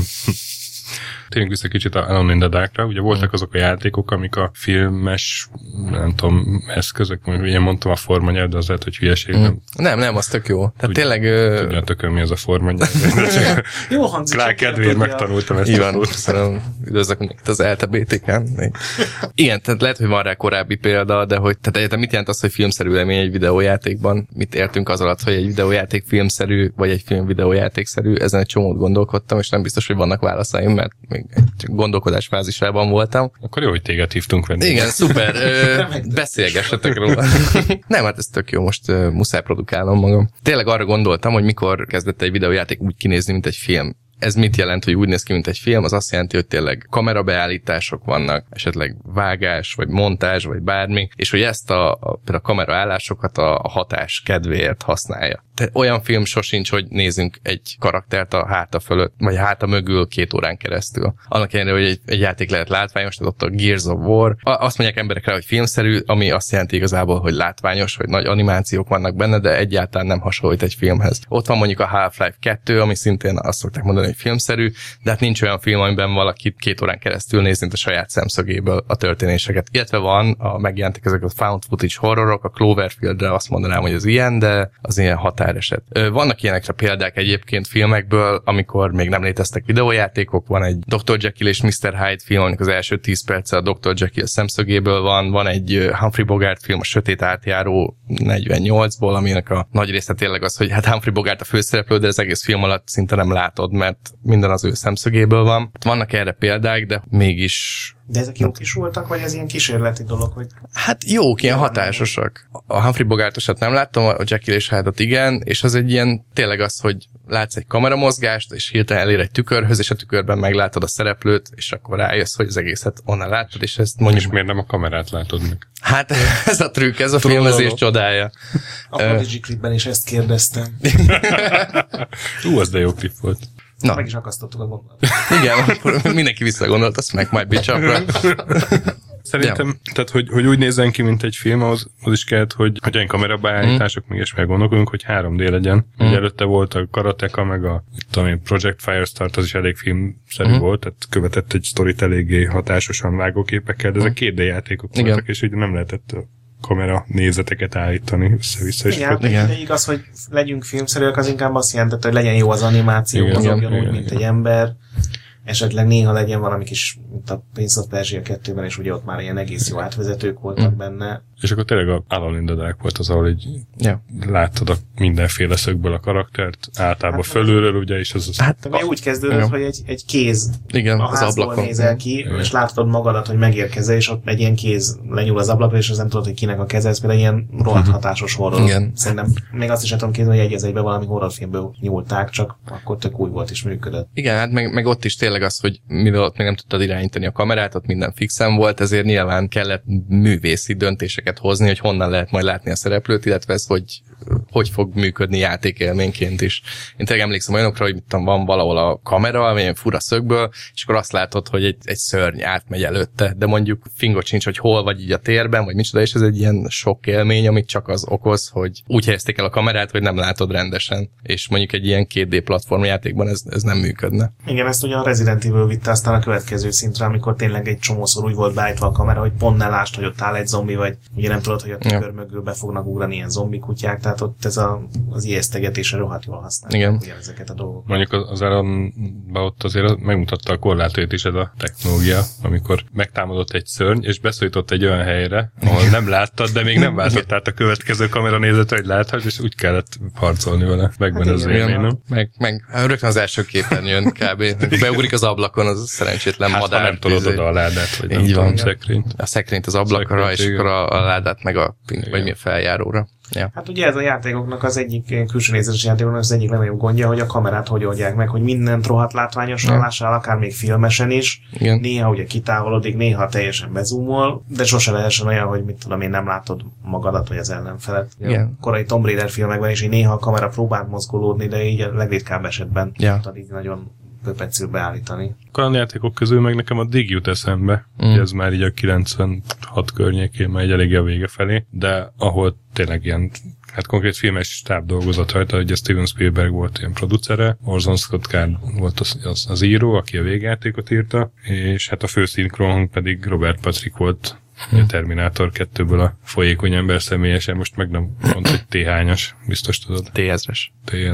Térjünk vissza kicsit a Alone in the Darkra. Ugye voltak azok a játékok, amik a filmes, nem tudom, eszközök, én mondtam a formanyelv, de az lehet, hogy hülyeség. Nem, az tök jó. Tehát tényleg... Tudjátok, mi az a formanyelv. Jó hangzik. Klár kedvéért megtanultam ezt. Iván, köszönöm. Üdvözlök itt az LTBT-ken. Igen, tehát lehet, hogy van rá korábbi példa, de hogy tehát egyetem mit jelent az, hogy filmszerű élmény egy videójátékban? Mit értünk az alatt, hogy egy videójáték filmszerű, vagy egy film videójátékszerű? Ezen egy csomót gondolkodtam, és nem biztos, hogy vannak válaszaim, mert még egy gondolkodás fázisában voltam. Akkor jó, hogy téged hívtunk venni. Igen, szuper. Beszélgessetek róla. Nem, hát ez tök jó, most muszáj produkálnom magam. Tényleg arra gondoltam, hogy mikor kezdett egy videójáték úgy kinézni, mint egy film. Ez mit jelent, hogy úgy néz ki, mint egy film? Az azt jelenti, hogy tényleg kamerabeállítások vannak, esetleg vágás, vagy montázs, vagy bármi, és hogy ezt például a kameraállásokat a hatás kedvéért használja. Tehát olyan film sosincs, hogy nézzünk egy karaktert a háta fölött, vagy háta mögül 2 órán keresztül. Annak ellenére, hogy egy játék lehet látványos, tehát ott a Gears of War. Azt mondják emberekre, hogy filmszerű, ami azt jelenti igazából, hogy látványos, hogy nagy animációk vannak benne, de egyáltalán nem hasonlít egy filmhez. Ott van mondjuk a Half-Life 2, ami szintén azt szokták mondani, hogy filmszerű, de hát nincs olyan film, amiben valaki 2 órán keresztül nézni a saját szemszögéből a történéseket. Illetve van, megjelentek ezek a found footage horrorok, a Cloverfieldre azt mondanám, hogy az ilyen, de az ilyen határeset. Vannak ilyenekre példák egyébként filmekből, amikor még nem léteztek videójátékok, van egy Dr. Jekyll és Mr. Hyde film, aminek az első 10 perce a Dr. Jekyll szemszögéből van egy Humphrey Bogart film, a Sötét átjáró, 48-ból, aminek a nagy része tényleg az, hogy hát Humphrey Bogart a főszereplő, de az egész film alatt szinte nem látod, mert minden az ő szemszögéből van. Vannak erre példák, de mégis... De ezek jók is voltak, vagy ez ilyen kísérleti dolog, hogy... Hát jók, ilyen hatásosak. A Humphrey Bogartosat nem láttam, a Jekyll és Hyde-ot igen, és az egy ilyen tényleg az, hogy látsz egy kameramozgást, és hirtelen elér egy tükörhöz, és a tükörben meglátod a szereplőt, és akkor rájössz, hogy az egészet onnan láttad, és ezt mondjuk... És miért nem a kamerát látod meg? Hát ez a trükk, ez a filmezés csodája. A Prodigy klipben is ezt kérdeztem. Az de jó klip volt. Na. Meg is akasztottuk a gondolatot. Igen, akkor mindenki visszagondolt a Smack My Bitch Up-ra. Szerintem, tehát, hogy úgy nézzen ki, mint egy film, az is kellett, hogy ilyen kamerabeállítások, még is meggondolkodunk, hogy 3D legyen. Ugye előtte volt a Karateka, meg a Project Firestart, az is elég filmszerű volt, tehát követett egy sztorit eléggé hatásosan vágóképekkel, de ezek 2D játékok voltak, és ugye nem lehetett a kamera nézeteket állítani össze-vissza. Igen, de igaz, hogy legyünk filmszerűek, az inkább azt jelentette, hogy legyen jó az animáció, mozogjon úgy, mint egy ember. Esetleg néha legyen valami kis, mint a Prince of Persia 2-ben, és ugye ott már ilyen egész jó átvezetők voltak benne. És akkor tényleg a Alone in the Dark volt az, ahol így láttad a mindenféle szögből a karaktert, általában fölülről, ugye, és az... Hát úgy kezdődött, hogy egy kéz a házból nézel ki, és látod magadat, hogy megérkezel, és ott egy ilyen kéz lenyúl az ablakra, és az nem tudod, hogy kinek a keze, ez például ilyen rohadt hatásos horror. Igen. Szerintem még azt is tudom képzelni, hogy egy az egyben valami horrorfilmből nyúlták, csak akkor tök új volt és működött. Igen, hát meg ott is tényleg az, hogy mivel ott még nem tudtad irányítani a kamerát, ott minden fixen volt, ezért nyilván kellett művészi döntéseket hozni, hogy honnan lehet majd látni a szereplőt, illetve ez hogy fog működni játékélményként is. Én tényleg emlékszem olyanokra, hogy van valahol a kamera, amilyen fura szögből, és akkor azt látod, hogy egy szörny átmegy előtte, de mondjuk fingot sincs, hogy hol vagy így a térben, vagy micsoda, és ez egy ilyen sok élmény, amit csak az okoz, hogy úgy helyezték el a kamerát, hogy nem látod rendesen, és mondjuk egy ilyen 2D platformjátékban ez nem működne. Igen, ezt ugye a Resident Evil vitte aztán a következő szintre, amikor tényleg egy csomószor úgy volt beállítva a kamera, hogy pont ne lásd, hogy ott áll egy zombi, vagy ugye nem tudod, hogy a tükör mögül be fognak ugrani ilyen zombi kutyák, tehát ott ez az ijesztegetésre rohadt jól használják ezeket a dolgokat. Mondjuk az Aronban ott azért megmutatta a korlátait is ez a technológia, amikor megtámadott egy szörny, és beszólított egy olyan helyre, ahol nem láttad, de még nem váltott át a következő kamera nézetre, hogy láthass, és úgy kellett harcolni vele. Megvan az élmény, nem? Meg rögtön az első képernyőn kb. Beugrik az ablakon, az szerencsétlen madár. Hát, nem tudod oda a ládát, vagy nem tudom, szekrényt. A szekrényt az ablakra, és akkor a ládát meg vagy mi a feljáróra. Ja. Hát ugye ez a játékoknak az egyik külső nézetes játékoknak az egyik legnagyobb gondja, hogy a kamerát hogy oldják meg, hogy mindent rohadt látványosan lássál, akár még filmesen is. Igen. Néha ugye kitávolodik, néha teljesen bezúmol, de sose lehessen olyan, hogy mit tudom én, nem látod magadat, vagy az ellenfelet. Igen. Korai Tomb Raider filmekben is, hogy néha a kamera próbál mozgolódni, de így a legritkább esetben tudod így nagyon pöpecül beállítani. Olyan játékok közül meg nekem a Dig jut eszembe, ez már így a 96 környékén, már egy elég a vége felé, de ahol tényleg ilyen, hát konkrét filmes stáb dolgozott rajta, hogy a Steven Spielberg volt ilyen producere, Orson Scott Card volt az író, aki a végjátékot írta, és hát a főszinkron pedig Robert Patrick volt, a Terminátor 2-ből a folyékony ember személyesen, most meg nem mondta, hogy T-hányas, biztos tudod. T-ezres.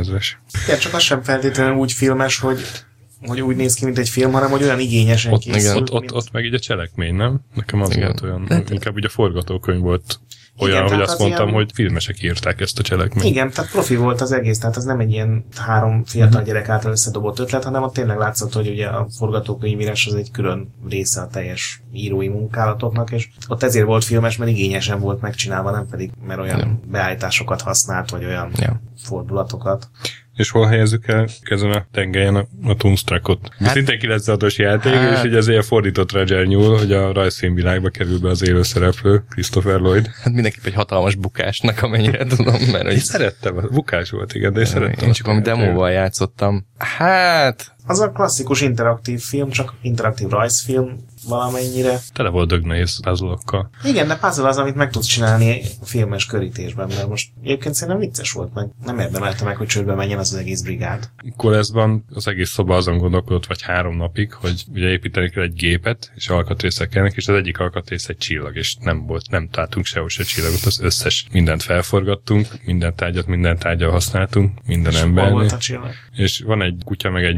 Igen, csak az sem feltétlenül úgy filmes, hogy úgy néz ki, mint egy film, hanem hogy olyan igényesen készült. Ott meg így a cselekmény, nem? Nekem az volt olyan, inkább ugye a forgatókönyv volt olyan, hogy azt mondtam, ilyen... hogy filmesek írták ezt a cselekményt. Igen, tehát profi volt az egész, tehát ez nem egy ilyen 3 fiatal gyerek által összedobott ötlet, hanem ott tényleg látszott, hogy ugye a forgatókönyvírás az egy külön része a teljes írói munkálatoknak, és ott ezért volt filmes, mert igényesen volt megcsinálva, nem pedig mert olyan beállításokat használt, vagy olyan fordulatokat. És hol helyezzük el ezen a tengelyen a Toonstruckot? Hát, szintén 96-os játék, és ugye ezért fordított Roger Newell, hogy a rajzfilmvilágba kerül be az élő szereplő, Christopher Lloyd. Hát mindenképp egy hatalmas bukásnak, amennyire tudom, mert hogy... Én szerettem, bukás volt, igen, de én szerettem. Én csak valami demóval játszottam. Hát... Az a klasszikus interaktív film, csak interaktív rajzfilm valamennyire. Tele volt dögnehéz puzzle-okkal. Igen, de puzzle az, amit meg tudsz csinálni filmes körítésben, mert most egyébként szerintem vicces volt meg. Nem érdemelte meg, hogy csődbe menjen az egész brigád. Koleszban az egész szoba azon gondolkodott, vagy 3 napig, hogy ugye építeni kell egy gépet, és alkatrészek kellnek, és az egyik alkatrész egy csillag, és nem találtunk sehol se csillagot, az összes mindent felforgattunk, minden tárgyat használtunk, minden embernél. Volt a csillag? És van egy kutya, meg egy macska,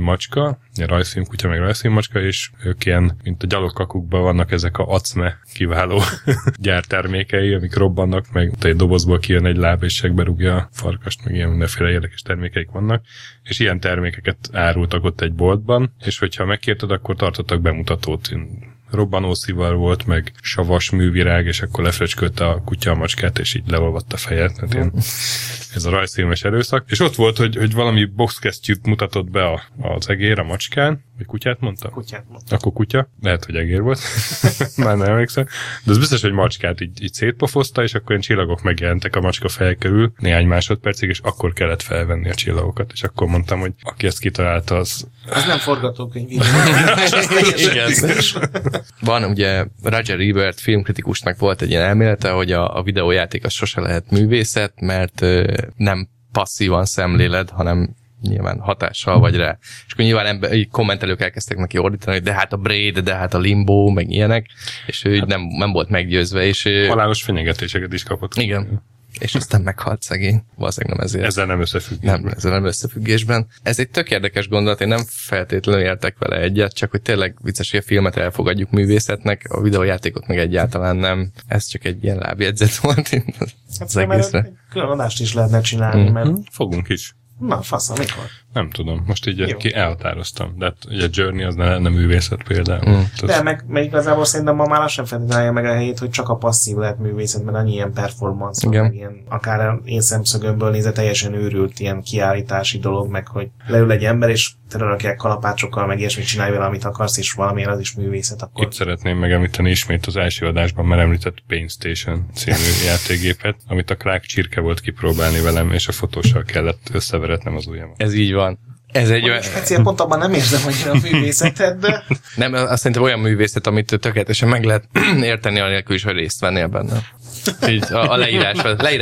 macska, rajzfilm kutya, meg rajzfilm macska, és ők ilyen, mint a gyalogkakukban vannak ezek a acme kiváló gyártermékei, amik robbannak, meg egy dobozból kijön egy láb, és berúgja a farkast, meg ilyen mindenféle érdekes termékeik vannak, és ilyen termékeket árultak ott egy boltban, és hogyha megkérted, akkor tartottak bemutatót. Robbanószivar volt, meg savas művirág, és akkor lefrecskölte a kutya a macskát, és így leolvadt a fejet. Tehát ilyen, ez a rajzfilmes erőszak. És ott volt, hogy valami boxkesztyűt mutatott be az egér a macskán, vagy kutyát mondta? Kutyát mondta. Akkor kutya. Lehet, hogy egér volt. Már nem emlékszem. De az biztos, hogy macskát így szétpofozta, és akkor ilyen csillagok megjelentek a macska fej körül néhány másodpercig, és akkor kellett felvenni a csillagokat. És akkor mondtam, hogy aki ezt kitalálta, az nem forgatókönyv. Igen. Van ugye Roger Ebert filmkritikusnak volt egy ilyen elmélete, hogy a videójáték az sose lehet művészet, mert nem passzívan szemléled, hanem nyilván hatással vagy rá. És akkor nyilván kommentelők elkezdtek neki ordítani, hogy de hát a Braid, de hát a Limbo, meg ilyenek, és ő nem volt meggyőzve. És halálos fenyegetéseket is kapott. Igen. És aztán meghalt szegény. Valószínűleg nem ezért. Ezzel nem összefüggésben. Ezzel nem összefüggésben. Ez egy tök érdekes gondolat, én nem feltétlenül értek vele egyet, csak hogy tényleg vicces, hogy a filmet elfogadjuk művészetnek, a videójátékot meg egyáltalán nem. Ez csak egy ilyen lábjegyzet volt az egészre. Egy külön adást is lehetne csinálni, mert... Fogunk is. Na, fasz, amikor? Nem tudom, most így elhatároztam. De hát ugye a Journey az nem művészet például. De meg igazából szerintem ma már azt sem feltétlenül meg a helyét, hogy csak a passzív lehet művészet, mert annyi ilyen performance, meg ilyen, akár én szemszögömből nézve teljesen őrült ilyen kiállítási dolog, meg hogy leül egy ember, és terülrakják kalapácsokkal, meg ilyesmit csinálj vele, amit akarsz, és valamilyen az is művészet. Akkor... Itt szeretném megemlíteni ismét az első adásban már említett Paint Station című játékgépet, amit a Clark csirke volt kipróbálni velem, és a fotóssal kellett összeveretnem az ujjamat. Ez így van. Ez egy olyan... Speciál pont abban nem érzem annyira a művészetet, de... Nem, azt szerintem olyan művészet, amit tökéletesen meg lehet érteni anélkül is, hogy részt vennél benne. Így a leírás.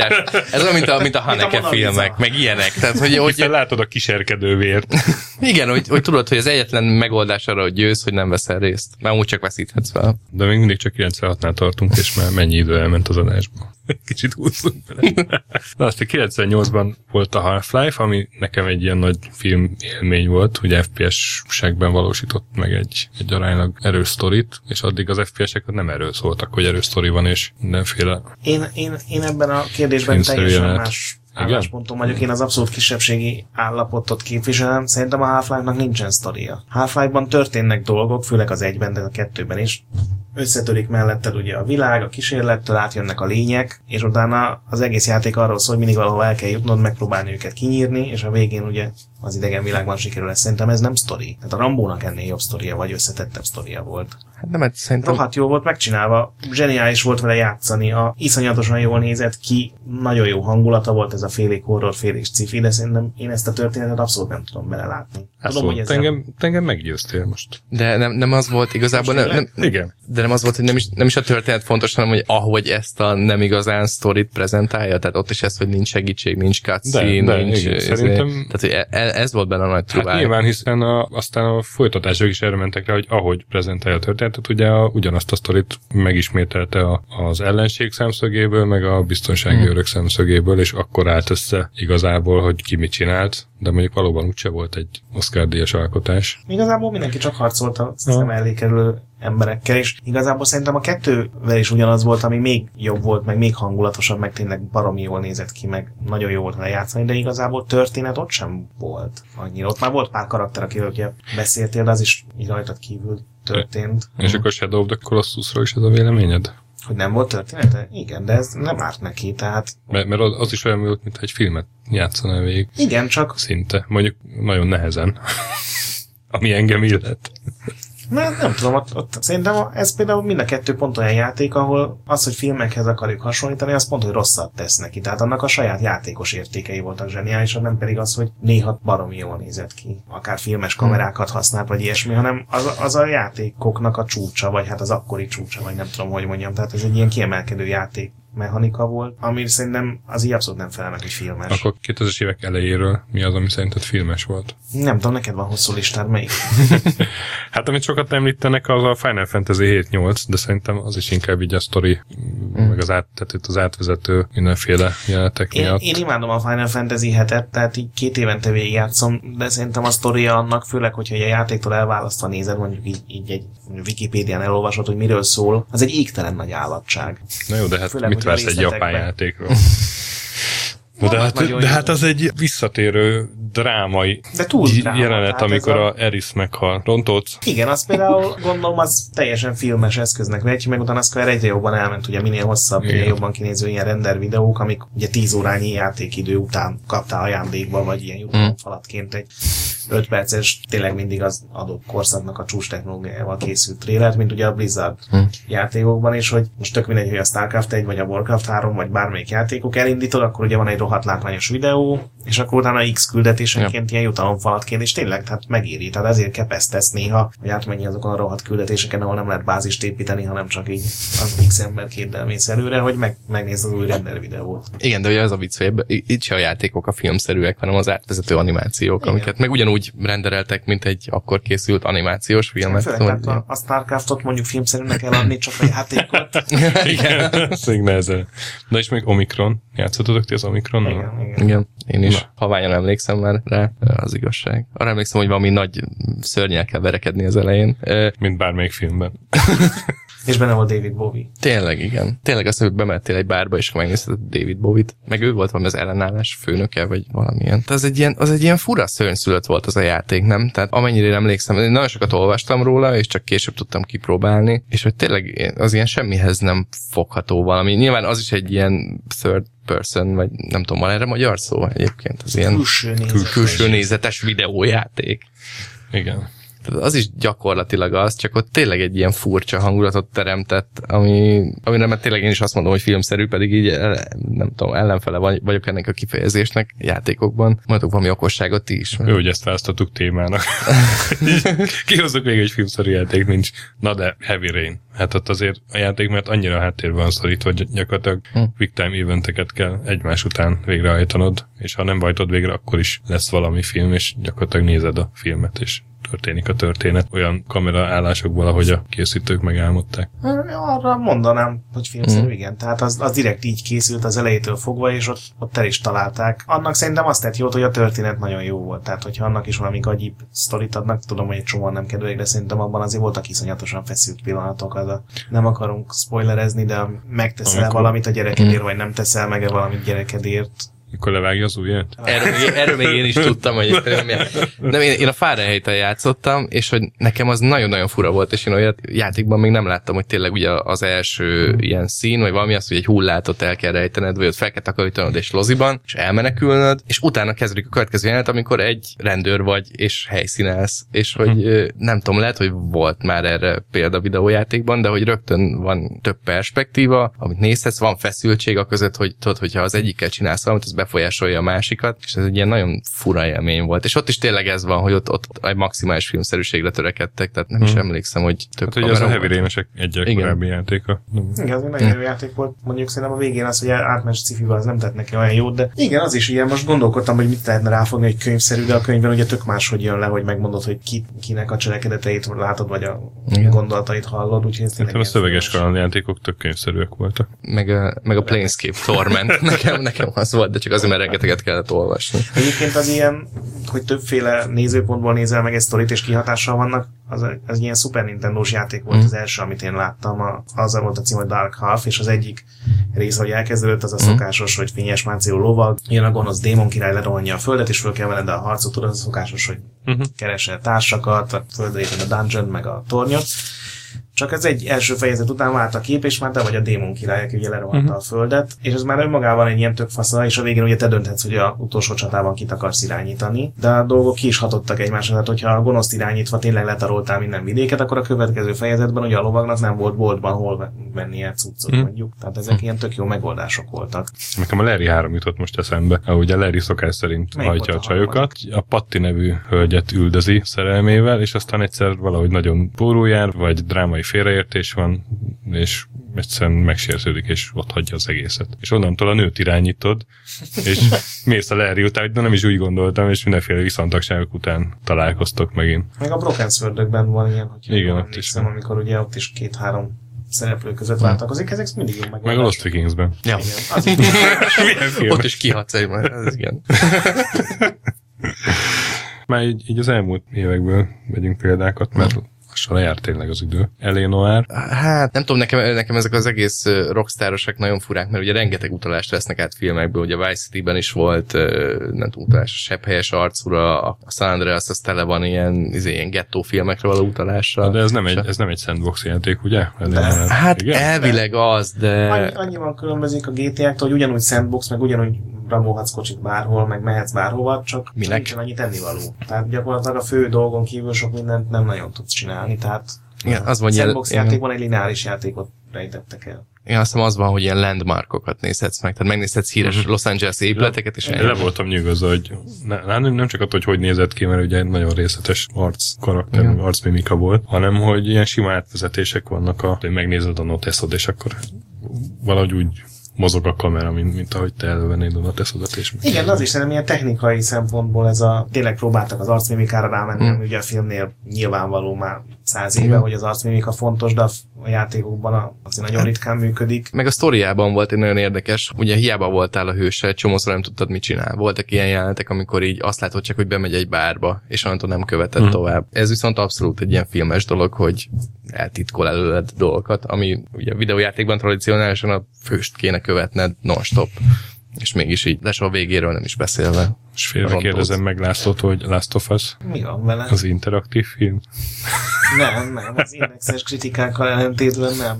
Ez olyan, mint a Haneke filmek, meg ilyenek. Tehát, hogy látod a kiserkedő vért. Igen, hogy tudod, hogy az egyetlen megoldás arra, hogy győz, hogy nem veszel részt. Már úgy csak veszíthetsz fel. De még mindig csak 96-nál tartunk, és már mennyi idő elment az adásba. Kicsit húzzunk bele. Na, azt 98-ban volt a Half-Life, ami nekem egy ilyen nagy film élmény volt, hogy FPS-sekben valósított meg egy aránylag erős sztorit, és addig az FPS-ek nem erről szóltak, hogy erős sztori van, és mindenféle... Én ebben a kérdésben teljesen más állásponton vagyok. Én az abszolút kisebbségi állapotot képviselem. Szerintem a Half-Life-nak nincsen sztoria. Half-Life-ban történnek dolgok, főleg az egyben, de a kettőben is. Összetörik melletted ugye a világ, a kísérlettől átjönnek a lények, és utána az egész játék arról szól, hogy mindig valahol el kell jutnod, megpróbálni őket kinyírni, és a végén ugye az idegen világban sikerül lesz. Szerintem ez nem sztori. Tehát a Rambónak ennél jobb sztoria, vagy összetettebb sztoria volt. Hát nem, szerintem... Rohadt jó volt megcsinálva, zseniális volt vele játszani, iszonyatosan jól nézett ki, nagyon jó hangulata volt ez a félig horror, félig sci-fi, de szerintem én ezt a történetet abszolút nem tudom belelátni. Tudom, hogy engem meggyőztél most. De nem az volt igazából, igen. De nem az volt, hogy nem is a történet fontos, hanem hogy ahogy ezt a nem igazán sztorit prezentálja, tehát ott is ez, hogy nincs segítség, nincs cutscene, nincs... Igen, szerintem... Tehát, hogy ez volt benne a nagy trubája. Hát nyilván, hiszen aztán a folytatások is erre mentek rá, hogy ahogy prezentálja a történetet, ugye ugyanazt a sztorit megismételte az ellenség szemszögéből, meg a biztonsági őrök szemszögéből, és akkor állt össze igazából, hogy ki mit csinált, de mondjuk valóban úgyse volt egy Oscar-díjas alkotás. Igazából mindenki csak harcolt a szem elé kerülő emberekkel, és igazából szerintem a kettővel is ugyanaz volt, ami még jobb volt, meg még hangulatosabb, meg tényleg baromi jól nézett ki, meg nagyon jó volt lejátszani, de igazából történet ott sem volt annyira. Ott már volt pár karakter, akivel ugye beszéltél, de az is így rajtad kívül történt. És akkor Shadow of the Colossusról is ez a véleményed? Hogy nem volt története? Igen, de ez nem árt neki, tehát... Mert az is olyan volt, mint egy filmet játszana végig. Igen, csak... Szinte. Mondjuk nagyon nehezen. Ami engem illet. Nem tudom, ott szerintem ez például mind a kettő pont olyan játék, ahol az, hogy filmekhez akarjuk hasonlítani, az pont, hogy rosszat tesz neki. Tehát annak a saját játékos értékei voltak zseniálisak, nem pedig az, hogy néha baromi jól nézett ki. Akár filmes kamerákat használt, vagy ilyesmi, hanem az a játékoknak a csúcsa, vagy hát az akkori csúcsa, vagy nem tudom, hogy mondjam. Tehát ez egy ilyen kiemelkedő játék mechanika volt, ami szerintem az így abszolút nem felel meg, hogy filmes. Akkor 2000-es évek elejéről mi az, ami szerinted filmes volt? Nem tudom, neked van hosszú listád, melyik? Hát amit sokat említenek, az a Final Fantasy 7-8, de szerintem az is inkább így a sztori, meg tehát itt az átvezető mindenféle jelenetek miatt. Én imádom a Final Fantasy 7-et, tehát így 2 évente végigjátszom, de szerintem a sztoria annak, főleg, hogyha a játéktól elválasztva nézed, mondjuk így egy Wikipédián elolvasod, hogy miről szól, az egy égtelen nagy állatság. Na jó, de hát főleg, mit vársz egy japán játékról? De hát az egy visszatérő drámai jelenet, amikor a Eris meghal. Rontóc? Igen, az például gondolom az teljesen filmes eszköznek vegy, meg utána Square egyre jobban elment, ugye minél hosszabb, minél jobban kinéző ilyen render videók, amik ugye 10 órányi játékidő után kaptál ajándékba, vagy ilyen jutalomfalatként egy 5 perces, tényleg mindig az adott korszaknak a csúcs technológiával készült trélert, mint ugye a Blizzard játékokban, és hogy most tök mindegy, hogy a Starcraft 1, vagy a Warcraft 3, vagy bármelyik játékok elindítod, akkor ugye van egy rohadt látványos videó, és akkor utána X küldetésenként ilyen jutalomfalatként, és tényleg, tehát megéri. Tehát ezért kepesztesz néha, hogy átmenj azokon a rohadt küldetéseken, ahol nem lehet bázist építeni, hanem csak így az X ember kéddel mész előre, hogy megnézd az új render videót. Igen, de ugye az a vicc, hogy itt se a játékok a filmszerűek, hanem az átvezető animációk, amiket meg ugyanúgy rendereltek, mint egy akkor készült animációs filmet. Főleg, tehát a Starcraftot mondjuk filmszerűnek kell adni, csak a játékot. Igen, ez még nehezen. Na és még Omikron. Játszottatok ti az Omikronnal? Igen, én is. Haványan emlékszem már rá, az igazság. Arra emlékszem, hogy valami nagy szörnyel kell verekedni az elején. Mint bármelyik filmben. És benne volt David Bowie. Tényleg, igen. Tényleg azt, hogy bementél egy bárba, és megnézted David Bowie-t. Meg ő volt valami az ellenállás főnöke, vagy valamilyen. Tehát az egy ilyen fura szörnyszülött volt az a játék, nem? Tehát amennyire emlékszem, én nagyon sokat olvastam róla, és csak később tudtam kipróbálni, és hogy tényleg az ilyen semmihez nem fogható valami. Nyilván az is egy ilyen third person, vagy nem tudom, van erre magyar szó egyébként. Az ilyen külső nézetes videójáték. Igen. Tehát az is gyakorlatilag az, csak ott tényleg egy ilyen furcsa hangulatot teremtett, amire mert tényleg én is azt mondom, hogy filmszerű, pedig így nem tudom, ellenfele vagyok ennek a kifejezésnek játékokban. Mondok valami okosságot ti is. Jó, hogy ezt választottuk témának. Kihozzuk még egy filmszerű játék, nincs. Na de Heavy Rain. Hát ott azért a játék, mert annyira háttérben van szorítva, hogy gyakorlatilag quick time eventeket kell egymás után végrehajtanod, és ha nem hajtod végre, akkor is lesz valami film, és gyakorlatilag nézed a filmet, és történik a történet olyan kameraállásokból, ahogy a készítők megálmodták. Arra mondanám, hogy filmszerű, igen. Tehát az direkt így készült az elejétől fogva, és ott el is találták. Annak szerintem azt tett jót, hogy a történet nagyon jó volt. Tehát, hogyha annak is valami gagyibb sztorit adnak, tudom, hogy egy csomóan nem kedvelik, de szerintem abban azért voltak iszonyatosan feszült pillanatok. Nem akarunk spoilerezni, de megteszel valamit a gyerekedért, vagy nem teszel meg valamit gyerekedért. Mikor levágja az ujját? Erről még én is tudtam, hogy én a Fahrenheit-tel játszottam, és hogy nekem az nagyon-nagyon fura volt, és én olyan játékban még nem láttam, hogy tényleg ugye az első ilyen szín, vagy valami az, hogy egy hullátot el kell rejtened, vagy ott fel kell takarítanod és loziban, és elmenekülnöd, és utána kezdődik a következő jelenet, amikor egy rendőr vagy, és helyszínelsz, és hogy nem tudom, lehet, hogy volt már erre példa videójátékban, de hogy rögtön van több perspektíva, amit nézhetsz, van feszültség a között, hogy tudod, hogyha az egyikkel csinálsz valamit, az befolyásolja a másikat, és ez egy ilyen nagyon fura élmény volt. És ott is tényleg ez van, hogy ott egy maximális filmszerűségre törekedtek, tehát nem is emlékszem, hogy több hát, hogy az a Heavy Rain-esek egyel korábbi játéka. Igen, az egy nagyon jó játék volt. Mondjuk szerintem a végén az, hogy átment sci-fivel, az nem tett neki olyan jót, de igen, az is ilyen. Most gondolkodtam, hogy mit lehetne ráfogni egy könyvszerű, de a könyvben ugye tök máshogy jön le, hogy megmondod, hogy kinek a cselekedeteit látod, vagy a gondolatait hallod, úgyhogy ez a szöveges kalandjátékok tök könyvszerűek voltak. Meg a Planescape Torment. nekem az volt, de csak azért, mert rengeteget kellett olvasni. Egyébként az ilyen, hogy többféle nézőpontból nézel meg egy sztorit, és kihatással vannak, az ilyen Super Nintendo-s játék volt az első, amit én láttam. Azzal volt a cím, hogy Dark Half, és az egyik rész, hogy elkezdődött, az a szokásos, hogy fényes máncéló lovag, jön a gonosz démon király, lerohanja a földet, és föl kell veled a harcot, tudod, az a szokásos, hogy keresel társakat, a földre a dungeon, meg a tornyot. Csak ez egy első fejezet után vált a kép, és már te vagy a démon király, aki ugye lerohanta a földet, és ez már önmagában egy ilyen tök fasza, és a végén ugye te dönthetsz, hogy a utolsó csatában kit akarsz irányítani, de a dolgok ki is hatottak egymásra, tehát hogyha a gonoszt irányítva tényleg letaroltál minden vidéket, akkor a következő fejezetben ugye a lovagnak nem volt boltban hol venni egy cuccot mondjuk. Tehát ezek ilyen tök jó megoldások voltak. Nekem a Larry 3 jutott most eszembe, ahogy a Larry szokás szerint hajtja a csajokat, a Patti nevű hölgyet üldözi szerelmével, és aztán egyszer valahogy nagyon póró jár, vagy drámai valami félreértés van, és egyszerűen megsértődik, és ott hagyja az egészet. És onnantól a nőt irányítod, és mész a Larry után, de nem is úgy gondoltam, és mindenféle viszontagságok után találkoztok megint. Meg a Broken Sword-ökben van ilyen, hogy igen, ott is van. Amikor ugye ott is 2-3 szereplő között váltakozik, ezek mindig jó meg a Lost Vikingsben. Ja. Igen, ott is kihatsz egy már, ez igen. Már így az elmúlt évekből vegyünk példákat, mert lassan lejár tényleg az idő. Eleanor. Hát nem tudom, nekem ezek az egész rockstarosak nagyon furák, mert ugye rengeteg utalást vesznek át filmekből, ugye a Vice City-ben is volt, nem tudom, utalás a Sebhelyes arcúra, a San Andreas, az tele van ilyen gettó filmekre való utalással. De ez nem egy sandbox játék, ugye? Hát igen? Elvileg az, de... Annyiban különbözik a GTA-któl, hogy ugyanúgy sandbox, meg ugyanúgy rabolhatsz kocsit bárhol, meg mehetsz bárhova, csak nincsen annyi tennivaló. Tehát gyakorlatilag a fő dolgon kívül sok mindent nem nagyon tudsz csinálni, tehát igen, az van sandbox játékban egy lineáris játékot rejtettek el. Én azt hiszem az van, hogy ilyen landmarkokat nézhetsz meg, tehát megnézhetsz híres Los Angeles épületeket, és le voltam nyugodva, hogy nem csak attól, hogy nézett ki, mert ugye nagyon részletes arcmimika volt, hanem hogy ilyen sima átvezetések vannak, hogy megnézed a noteszod, és akkor valahogy úgy mozog a kamera, mint ahogy te elővennéd a noteszodat. Igen, az is szerintem ilyen technikai szempontból tényleg próbáltak az arcmimikára rámenni, ami ugye a filmnél nyilvánvaló már 100 éve, hogy az arcmimika fontos, de a játékokban azért nagyon ritkán működik. Meg a sztoriában volt egy nagyon érdekes, ugye hiába voltál a hőse, csomószor nem tudtad, mit csinál. Voltak ilyen jelenetek, amikor így azt látod csak, hogy bemegy egy bárba, és onnantól nem követed tovább. Ez viszont abszolút egy ilyen filmes dolog, hogy eltitkol előled dolgokat, ami ugye a videójátékban tradicionálisan a főst kéne követned non-stop. És mégis így, de a végéről nem is beszélve. És félre kérdezem meg Lászlót, hogy Last of Us? Mi van vele? Az interaktív film? Nem, az indexes kritikákkal ellentétben nem.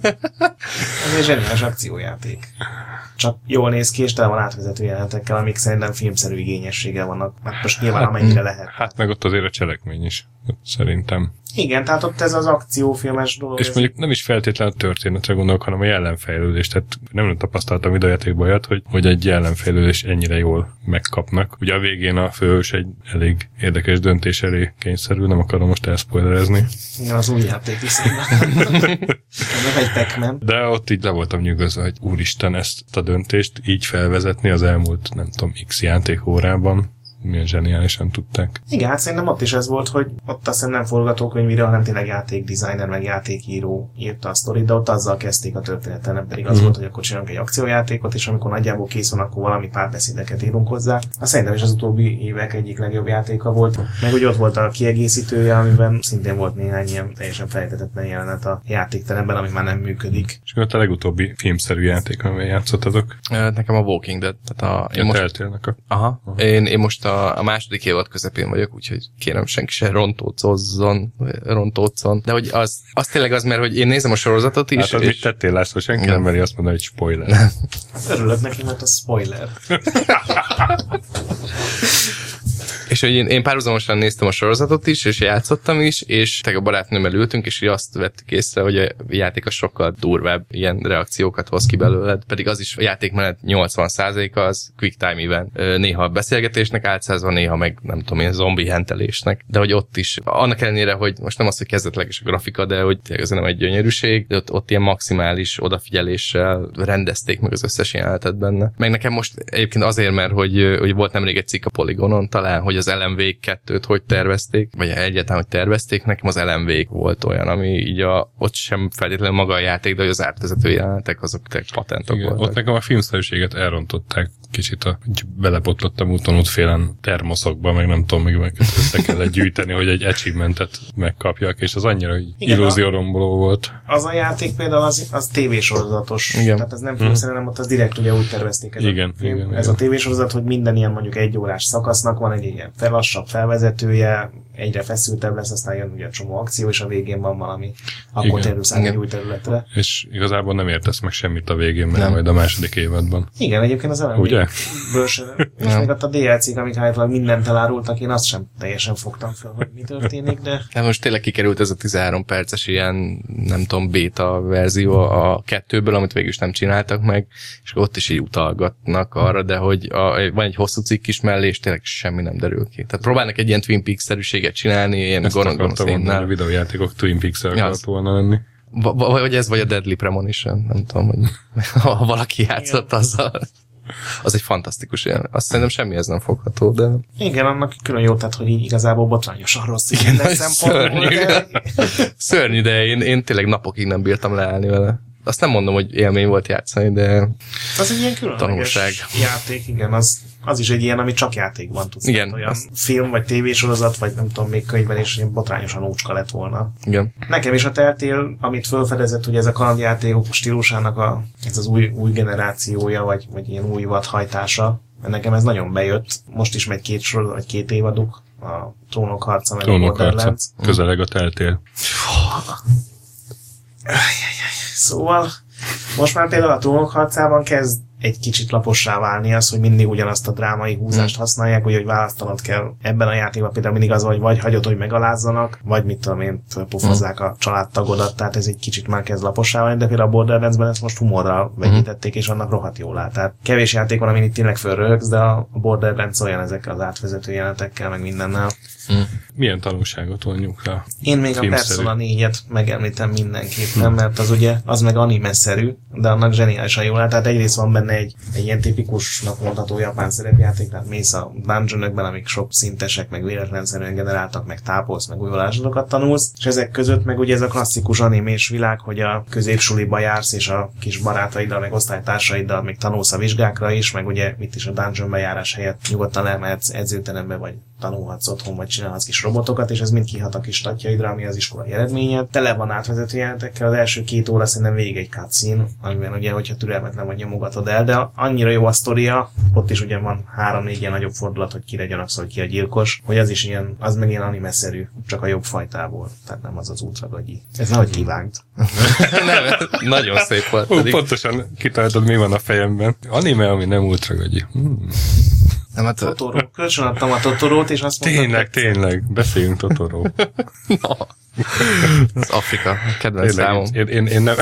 Ez egy zseniális akciójáték. Csak jól néz ki, és tele van átvezető jelenetekkel, amik szerintem filmszerű igényessége vannak. Mert most nyilván amennyire lehet. Hát meg ott azért a cselekmény is, szerintem. Igen, tehát ott ez az akciófilmes dolog. És mondjuk nem is feltétlenül a történetre gondolok, hanem a jelenfejlődés. Tehát nem tapasztaltam videójátékban olyat, hogy egy jelenfejlődés ennyire jól megkapnak. Ugye a végén a főhős egy elég érdekes döntés elé kényszerül, nem akarom most elspoilerezni. Igen, az új játék viszonylag. Nem egy Pac-Man. De ott így le voltam nyugodva, hogy úristen, ezt a döntést így felvezetni az elmúlt, nem tudom, x játékórában. Milyen zseniálisan tudták. Igen, hát szerintem ott is ez volt, hogy ott azt hiszem nem forgatókönyvíró, hanem tényleg játékdesigner, meg játékíró írta a sztorit, de ott azzal kezdték a történetet, nem pedig az volt, hogy akkor csinálunk egy akciójátékot, és amikor nagyjából kész van, akkor valami párbeszédeket írunk hozzá. Azt szerintem is az utóbbi évek egyik legjobb játéka volt. Meg úgy ott volt a kiegészítője, amiben szintén volt néhány ilyen teljesen felejthetetlen jelenet a játékteremben, ami már nem működik. És mi volt a legutóbbi filmszerű játék, amivel játszottatok? Nekem a Walking Dead. Tehát én most a második évad közepén vagyok, úgyhogy kérem, senki se rontózzon. De hogy az tényleg az, mert hogy én nézem a sorozatot is. Hát az mit tettél, László? Senki nem meri azt mondani, hogy spoiler. Örülök neki, mert a spoiler. És hogy én párhuzamosan néztem a sorozatot is, és játszottam is, és a barátnőmmel ültünk, és azt vettük észre, hogy a játék az sokkal durvább ilyen reakciókat hoz ki belőled, pedig az is a játékmenet 80%-a az quick time event. Néha beszélgetésnek álcázva, néha meg nem tudom, ilyen zombi hentelésnek. De hogy ott is, annak ellenére, hogy most nem az, hogy kezdetleges a grafika, de hogy ez nem egy gyönyörűség, de ott ilyen maximális odafigyeléssel rendezték meg az összes jelenetet benne. Meg nekem most egyébként azért, mert hogy volt nemrég egy cikk a Polygonon, talán, hogy az Alan Wake 2-t hogy tervezték, vagy egyáltalán, hogy tervezték, nekem az Alan Wake volt olyan, ami így ott sem feltétlenül maga a játék, de hogy az átvezető jelenetek, azok patentok voltak. Ott nekem a filmszerűséget elrontották kicsit, hogy belebotlottam úton útfélen termoszokba, meg nem tudom, meg össze kellett gyűjteni, hogy egy achievementet megkapjak, és az annyira illúzióromboló volt. Az a játék például az tévésorozatos. Igen. Tehát ez nem filmszerű, hanem ott az direkt ugye úgy tervezték ez a tévésorozat, hogy minden ilyen mondjuk 1 órás szakasznak van egy ilyen lassabb felvezetője, egyre feszültebb lesz, aztán jön ugye a csomó akció, és a végén van valami, akkor terülsz át egy új területre. És igazából nem értesz meg semmit a végén, mert majd a második évadban. Igen, egyébként az elem. Ugye? És még ott a DLC-k, amik általában mindent elárultak, én azt sem teljesen fogtam fel, hogy mi történik, de... Hát most tényleg kikerült ez a 13 perces ilyen, nem tudom, beta verzió a 2-ből, amit végül is nem csináltak meg, és ott is így utalgatnak arra, de hogy van egy hosszú cikk is mellé, és tényleg semmi nem derül ki. Tehát próbálnak egy ilyen Twin Peaks-szerűséget hülyeséget csinálni, ilyen gonosz a videójátékok Twin Peaks-el akart volna lenni. Vagy ez, vagy a Deadly Premonition, nem tudom, hogy ha valaki játszott azzal. Az egy fantasztikus ilyen. Azt szerintem semmihez nem fogható, de... Igen, annak külön jó tett, hogy így igazából botrányosan rossz. Igen, szörnyű, de én tényleg napokig nem bírtam leállni vele. Azt nem mondom, hogy élmény volt játszani, de az egy ilyen különleges játék, igen, az is egy ilyen, ami csak játékban tudsz. Igen. Olyan film, vagy tévésorozat, vagy nem tudom, még könyvben, és ilyen botrányosan ócska lett volna. Igen. Nekem is a Telltale, amit felfedezett, hogy ez a kalandjátékok stílusának ez az új generációja, vagy ilyen új vadhajtása, nekem ez nagyon bejött. Most is megy 2 évaduk, a Trónok harca, meg a Borderlands. Közeleg a Telltale. Szóval most már például a Trónok harcában kezd egy kicsit lapossá válni az, hogy mindig ugyanazt a drámai húzást használják, hogy választanod kell. Ebben a játékban például mindig az, hogy vagy hagyod, hogy megalázzanak, vagy mit tudom én, fölpofozzák a családtagodat, tehát ez egy kicsit már kezd lapossá válni, de például a Borderlandsben ezt most humorral vegyítették, és annak rohadt jól áll. Tehát kevés játék van, amin itt tényleg fölröhögsz, de a Borderlands olyan ezekkel az átvezető jelenetekkel, meg mindennel. Milyen tanulságot vonjunk rá? Én még a Persona 4-et megemlítem mindenképpen, mert az ugye, az meg anime-szerű, de annak zseniálisan jól áll. Tehát egyrészt van benne egy ilyen tipikusnak mondható japán szerepjáték, tehát mész a dungeonökben, amik sok szintesek, meg véletlenszerűen generáltak, meg tápolsz, meg új varázslatokat tanulsz, és ezek között meg ugye ez a klasszikus animés világ, hogy a középsuliba jársz, és a kis barátaiddal, meg osztálytársaiddal még tanulsz a vizsgákra is, meg ugye itt is a dungeonbe járás helyett nyugodtan elmehetsz edzőterembe, vagy tanulhatsz otthon, vagy csinálhatsz kis robotokat, és ez mind kihat a kis statjaidra, ami az iskolai eredményed. Tele van átvezető jelentekkel, az első 2 óra szerintem végig egy cutscene, amiben ugye, hogyha türelmetlen vagy, nyomogatod el, de annyira jó a sztoria, ott is ugye van 3-4 ilyen nagyobb fordulat, hogy kire gyanakszol, hogy ki a gyilkos, hogy az is ilyen, az meg ilyen anime-szerű, csak a jobb fajtából, tehát nem az ultragagyi. Ez nehogy kivágd. Nem, nagyon szép volt. Pontosan kitaláltad, mi van a fejemben. Anime, ami nem ultragagyi. Nem, hát Totoro. Kölcsön adtam a Totorót, és azt mondtam... Tényleg, beszéljünk Totoro. No. Az Afrika, kedvenc számom. Én nem...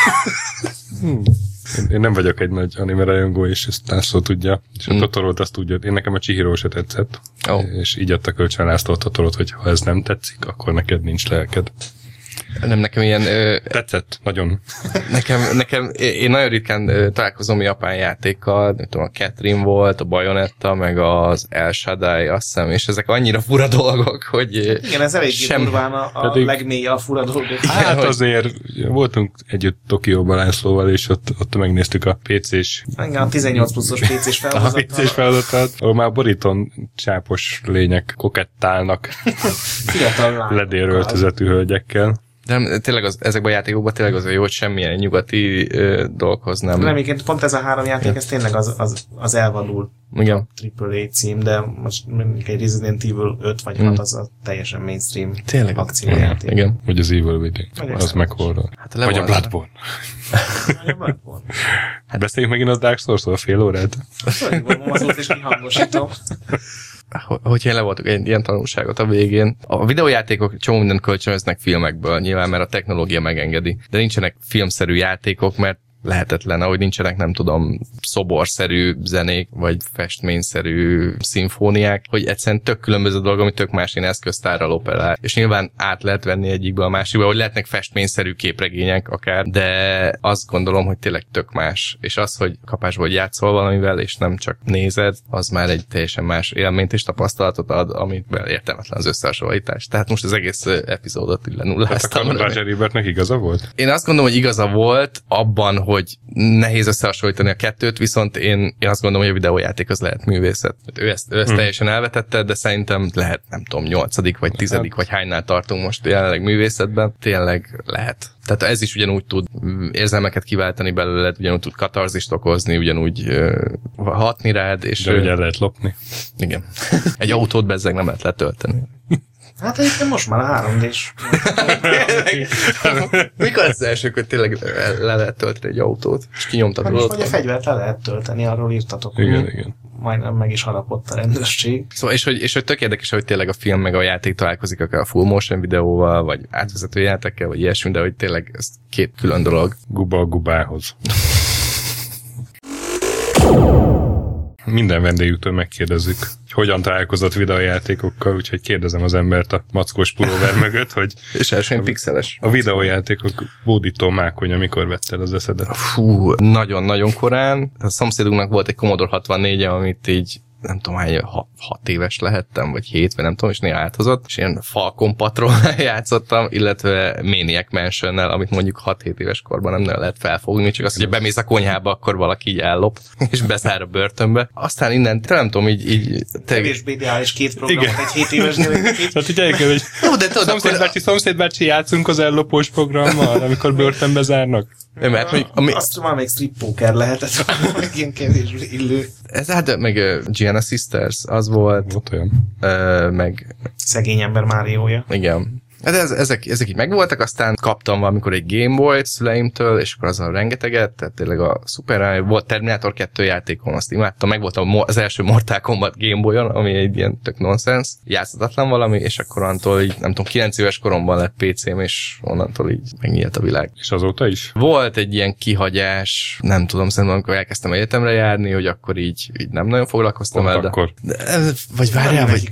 Én nem vagyok egy nagy anime rajongó, és ezt László tudja, és a Totorót azt tudja. Én nekem a Chihiro se tetszett, és így adta kölcsön László a Totorót, hogy ha ez nem tetszik, akkor neked nincs lelked. Nem, nekem ilyen... Tetszett, nagyon. Nekem én nagyon ritkán találkozom japán játékkal, nem tudom, a Catherine volt, a Bayonetta, meg az El Shaddai, azt hiszem, és ezek annyira fura dolgok, hogy... Igen, ez eléggé durván a legmélyebb a fura dolgok. Hát azért voltunk együtt Tokióban Lászlóval, és ott megnéztük a PC-s... Igen, a 18 pluszos PC-s felhozatot. A PC-s felhozatot, ahol már borítón csápos lények kokettálnak ledéröltözetű hölgyekkel. De tényleg ezekben a játékokban tényleg az jó, hogy semmilyen nyugati dolghoz nem. Nem, pont ez a 3 játék, ez tényleg az elvadul igen. AAA cím, de most egy Resident Evil 5 vagy 6 az a teljesen mainstream akciójáték. Igen. Vagy az Evil Within, az meg horror. Hát vagy a Bloodborne. Hát beszéljünk megint a Dark Souls-ról fél órát. Azóta is kihangosítom. Hogyha le voltunk egy ilyen tanulságot a végén. A videójátékok csomó mindent kölcsönöznek filmekből, nyilván, mert a technológia megengedi. De nincsenek filmszerű játékok, mert lehetetlen, ahogy nincsenek, nem tudom, szoborszerű zenék, vagy festményszerű szimfóniák, hogy egyszerűen tök különböző dolog, ami tök más ilyen eszköztárral operál. És nyilván át lehet venni egyikbe a másikba, hogy lehetnek festményszerű képregények akár, de azt gondolom, hogy tényleg tök más. És az, hogy kapásból játszol valamivel, és nem csak nézed, az már egy teljesen más élményt és tapasztalatot ad, amivel értelmetlen az összehasonlítás. Tehát most az egész epizódot így lenulláztam. Hát a Roger Ebertnek igaza volt? Én azt gondolom, hogy igaza volt abban, hogy nehéz összehasonlítani a kettőt, viszont én azt gondolom, hogy a videójáték az lehet művészet. Ő ezt teljesen elvetette, de szerintem lehet, nem tudom, 8. vagy 10. vagy hánynál tartunk most jelenleg művészetben. Tényleg lehet. Tehát ez is ugyanúgy tud érzelmeket kiváltani belőled, ugyanúgy tud katarzist okozni, ugyanúgy hatni rád. És de ugye lehet lopni. Igen. Egy autót bezzeg nem lehet letölteni. Hát egyébként most már a 3D-s. Mikor lesz az első, hogy tényleg le lehet tölteni egy autót, és kinyomtad róla? Vagy a fegyvert le lehet tölteni, arról írtatok. Igen. Majdnem meg is harapott a rendőrség. Szóval, és hogy tök érdekes, hogy tényleg a film meg a játék találkozik akár a full motion videóval, vagy átvezető játékkel, vagy ilyesmi, de hogy tényleg ez 2 külön dolog. Guba a gubához. Minden vendégüktől megkérdezzük, hogy hogyan találkozott videójátékokkal, úgyhogy kérdezem az embert a mackós pulóver mögött, hogy és elsően pixeles. A videójátékok bódító mákonya, mikor vetted az eszedet? Fú, nagyon-nagyon korán. A szomszédunknak volt egy Commodore 64-e, amit így nem tudom, hány 6 éves lehettem, vagy 7, vagy nem tudom, és néha áthozott, és ilyen Falcon Patrol játszottam, illetve Maniac Mansion-nel, amit mondjuk 6-7 éves korban nem nagyon lehet felfogni, csak azt, hogy bemész a konyhába, akkor valaki így ellop, és bezár a börtönbe. Aztán innen, nem tudom, így kevésbé ideális két programot egy 7 éves gyereknek. Tehát ugye elkezdő, hogy jó, de tudod, szomszédbácsi, játszunk az ellopós programmal, amikor börtönbe zárnak. Mert azt már még strip poker lehetett, meg ilyen kevésbé illő. Ez hát meg Gianna Sisters, az volt olyan. Meg szegény ember Máriója. Igen. Hát ezek így megvoltak, aztán kaptam valamikor egy Game Boy-t szüleimtől, és akkor azon rengeteget, tehát tényleg a Super volt Terminator 2 játékon, azt imádtam, meg volt az első Mortal Kombat Game Boy-on, ami egy ilyen tök nonsense, játszhatatlan valami, és akkor onnantól így, nem tudom, 9 éves koromban lett PC-m, és onnantól így megnyílt a világ. És azóta is? Volt egy ilyen kihagyás, nem tudom, szerintem amikor elkezdtem egyetemre járni, hogy akkor így nem nagyon foglalkoztam el, vagy várjál, vagy...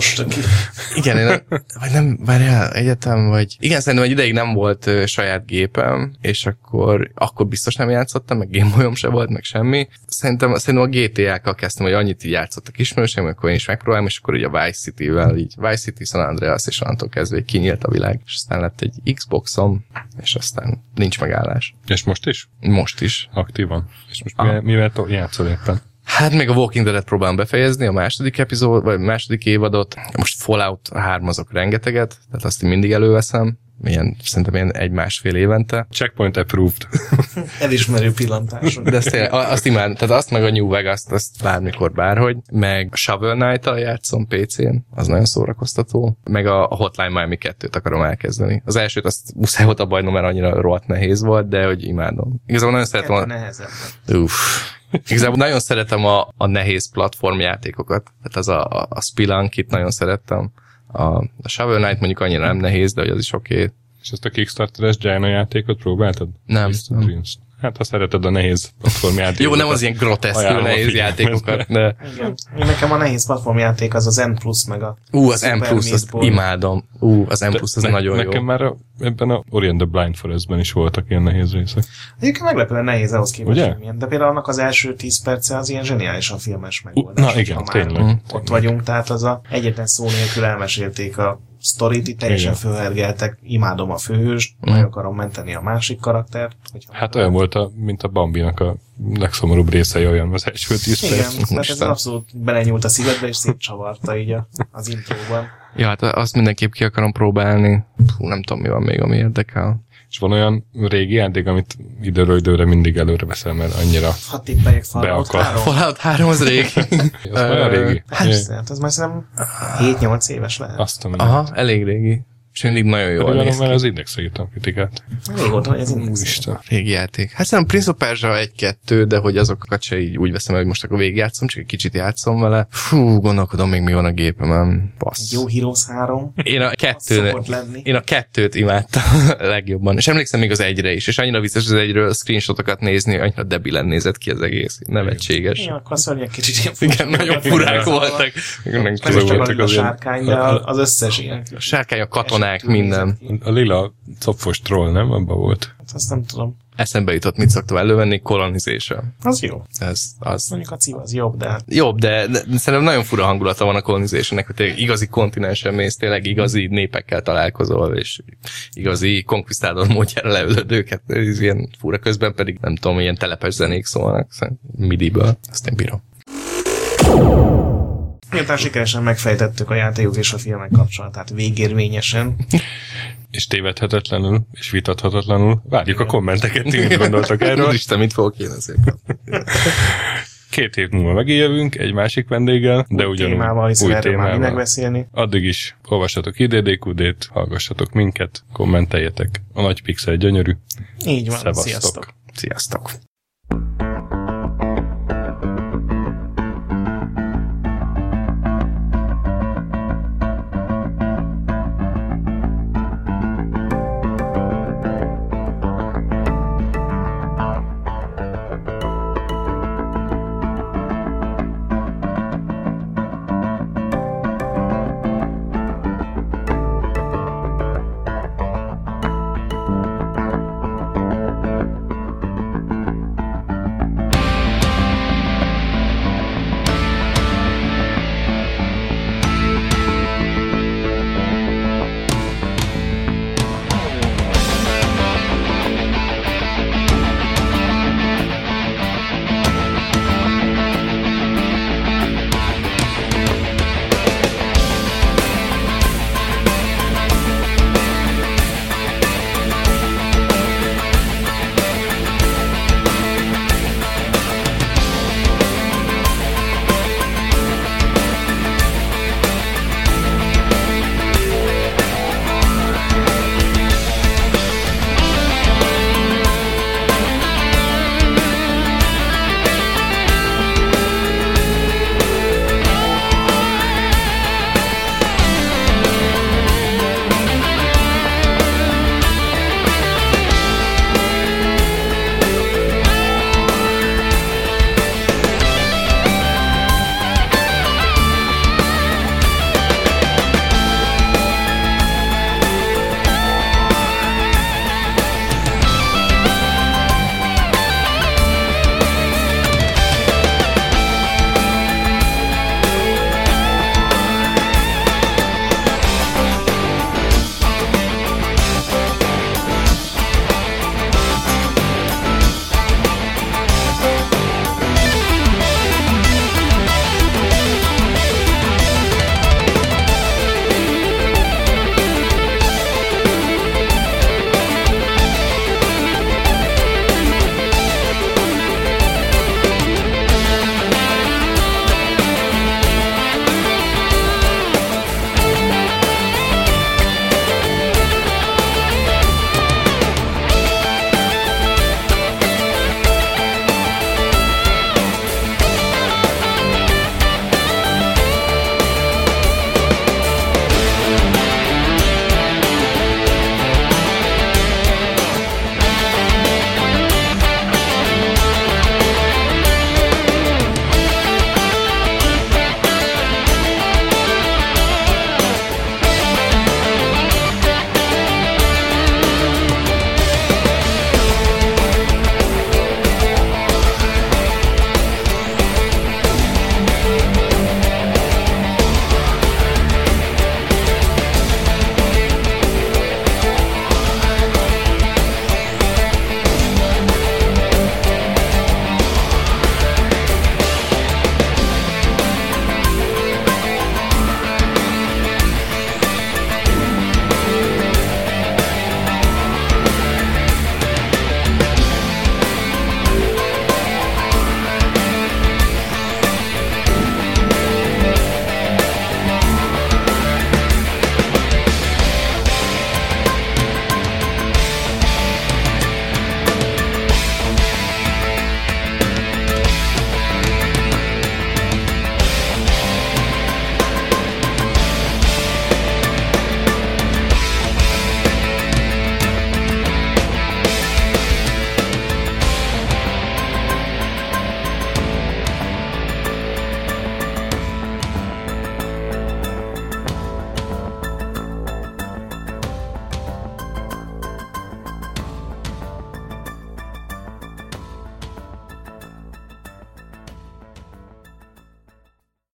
Igen, vagy nem, várjál, egyetem, vagy... Igen, szerintem egy ideig nem volt saját gépem, és akkor biztos nem játszottam, meg Gameboyom se volt, meg semmi. Szerintem a GTA-kkal kezdtem, hogy annyit így játszottak ismerőseim, akkor én is megpróbálom, és akkor így a Vice City-vel, így Vice City, San Andreas, és onnantól kezdve kinyílt a világ, és aztán lett egy Xboxom, és aztán nincs megállás. És most is? Most is. Aktívan. És most mivel játszol éppen? Hát még a Walking Dead-et próbálom befejezni, a második epizód, vagy második évadot. Most Fallout 3-azok rengeteget, tehát azt én mindig előveszem. Szerintem ilyen 1-1,5 évente. Checkpoint approved. Elismerő pillantás. De azt imádom, tehát azt meg a New Vegas-t, azt bármikor, bárhogy. Meg a Shovel Knight-tal játszom PC-n, az nagyon szórakoztató. Meg a Hotline Miami 2-t akarom elkezdeni. Az elsőt azt muszáj volt abbahagynom, mert annyira rohadt nehéz volt, de hogy imádom. Igazából nagyon szeretem Igazából nagyon szeretem a nehéz platformjátékokat. Tehát az a Spelunk-it nagyon szerettem. A Shovel Knight mondjuk annyira nem nehéz, de hogy az is oké. És ezt a Kickstarter-es Gyána játékot próbáltad? Nem. Hát ha szereted a nehéz platformjátékokat. Jó, nem az ilyen groteszkül nehéz játékokat, de... Igen. Nekem a nehéz platformjáték az N+, meg a... az N+, azt imádom. Az N+, az nagyon jó. Nekem már ebben a Ori and the Blind Forestben is voltak ilyen nehéz részek. Egyébként meglepően nehéz ahhoz képest, de például annak az első 10 perce az ilyen zseniálisan filmes megoldás. Na igen, tényleg. Ott vagyunk, tehát az egyetlen szó nélkül elmesélték a sztorit, itt teljesen fölhergeltek, imádom a főhőst, meg akarom menteni a másik karaktert. Hát olyan volt, mint a Bambinak a legszomorúbb részei, olyan az első 10 perc. Igen, tehát ez abszolút belenyúlt a szívedbe, és szétcsavarta így az intróban. Ja, hát azt mindenképp ki akarom próbálni. Nem tudom, mi van még, ami érdekel. És van olyan régi játék, amit időről időre mindig előre veszel, mert annyira Fallout 3 az régi. Az olyan régi? Hát az már szerintem 7-8 éves lehet. Aha, elég régi. És mindig nagyon jól néz ki. Mert az Index írtam kritikát. Régóta, hogy az Index. Úristen. Régi játék. Hát szerintem Prince of Persia 1-2, de hogy azokat se így úgy veszem, hogy most akkor végigjátszom, csak egy kicsit játszom vele. Fú, gondolkodom még mi van a gépemen. Passz. Jó Heroes 3. Én a 2-t imádtam legjobban. És emlékszem még az 1-re is. És annyira vicces az 1-ről screenshotokat nézni, annyira debilen nézett ki az egész. Nevetséges. Igen, akkor a szörnyek kicsit ilyen nagyon furák voltak. Nem csak a sárkány, de az összes ilyen. A sárkány, a katonák, minden. A lila copfos troll, nem? Abba volt. Azt nem tudom. Eszembe jutott, mit szoktam elővenni, Colonization. Az jó. Az. Mondjuk a civ az jobb, de... Jobb, de szerintem nagyon fura hangulata van a Colonizationnek, hogy tényleg igazi kontinensen mész, tényleg igazi népekkel találkozol, és igazi konkvisztádor módjára leülöd őket, ez ilyen fura, közben pedig nem tudom, ilyen telepes zenék szólnak, midiből, azt én bírom. Miután sikeresen megfejtettük a játékok és a filmek kapcsolatát végérvényesen. És tévedhetetlenül, és vitathatatlanul. Várjuk a kommenteket, ti mit gondoltak erről. Úristen, mit fogok én szépen. 2 év múlva megijövünk egy másik vendéggel, de ugyanúgy új témával. Megbeszélni. Addig is olvassatok IDDQD-t, hallgassatok minket, kommenteljetek. A nagy pixel gyönyörű. Így van, Szevasztok. sziasztok. Sziasztok.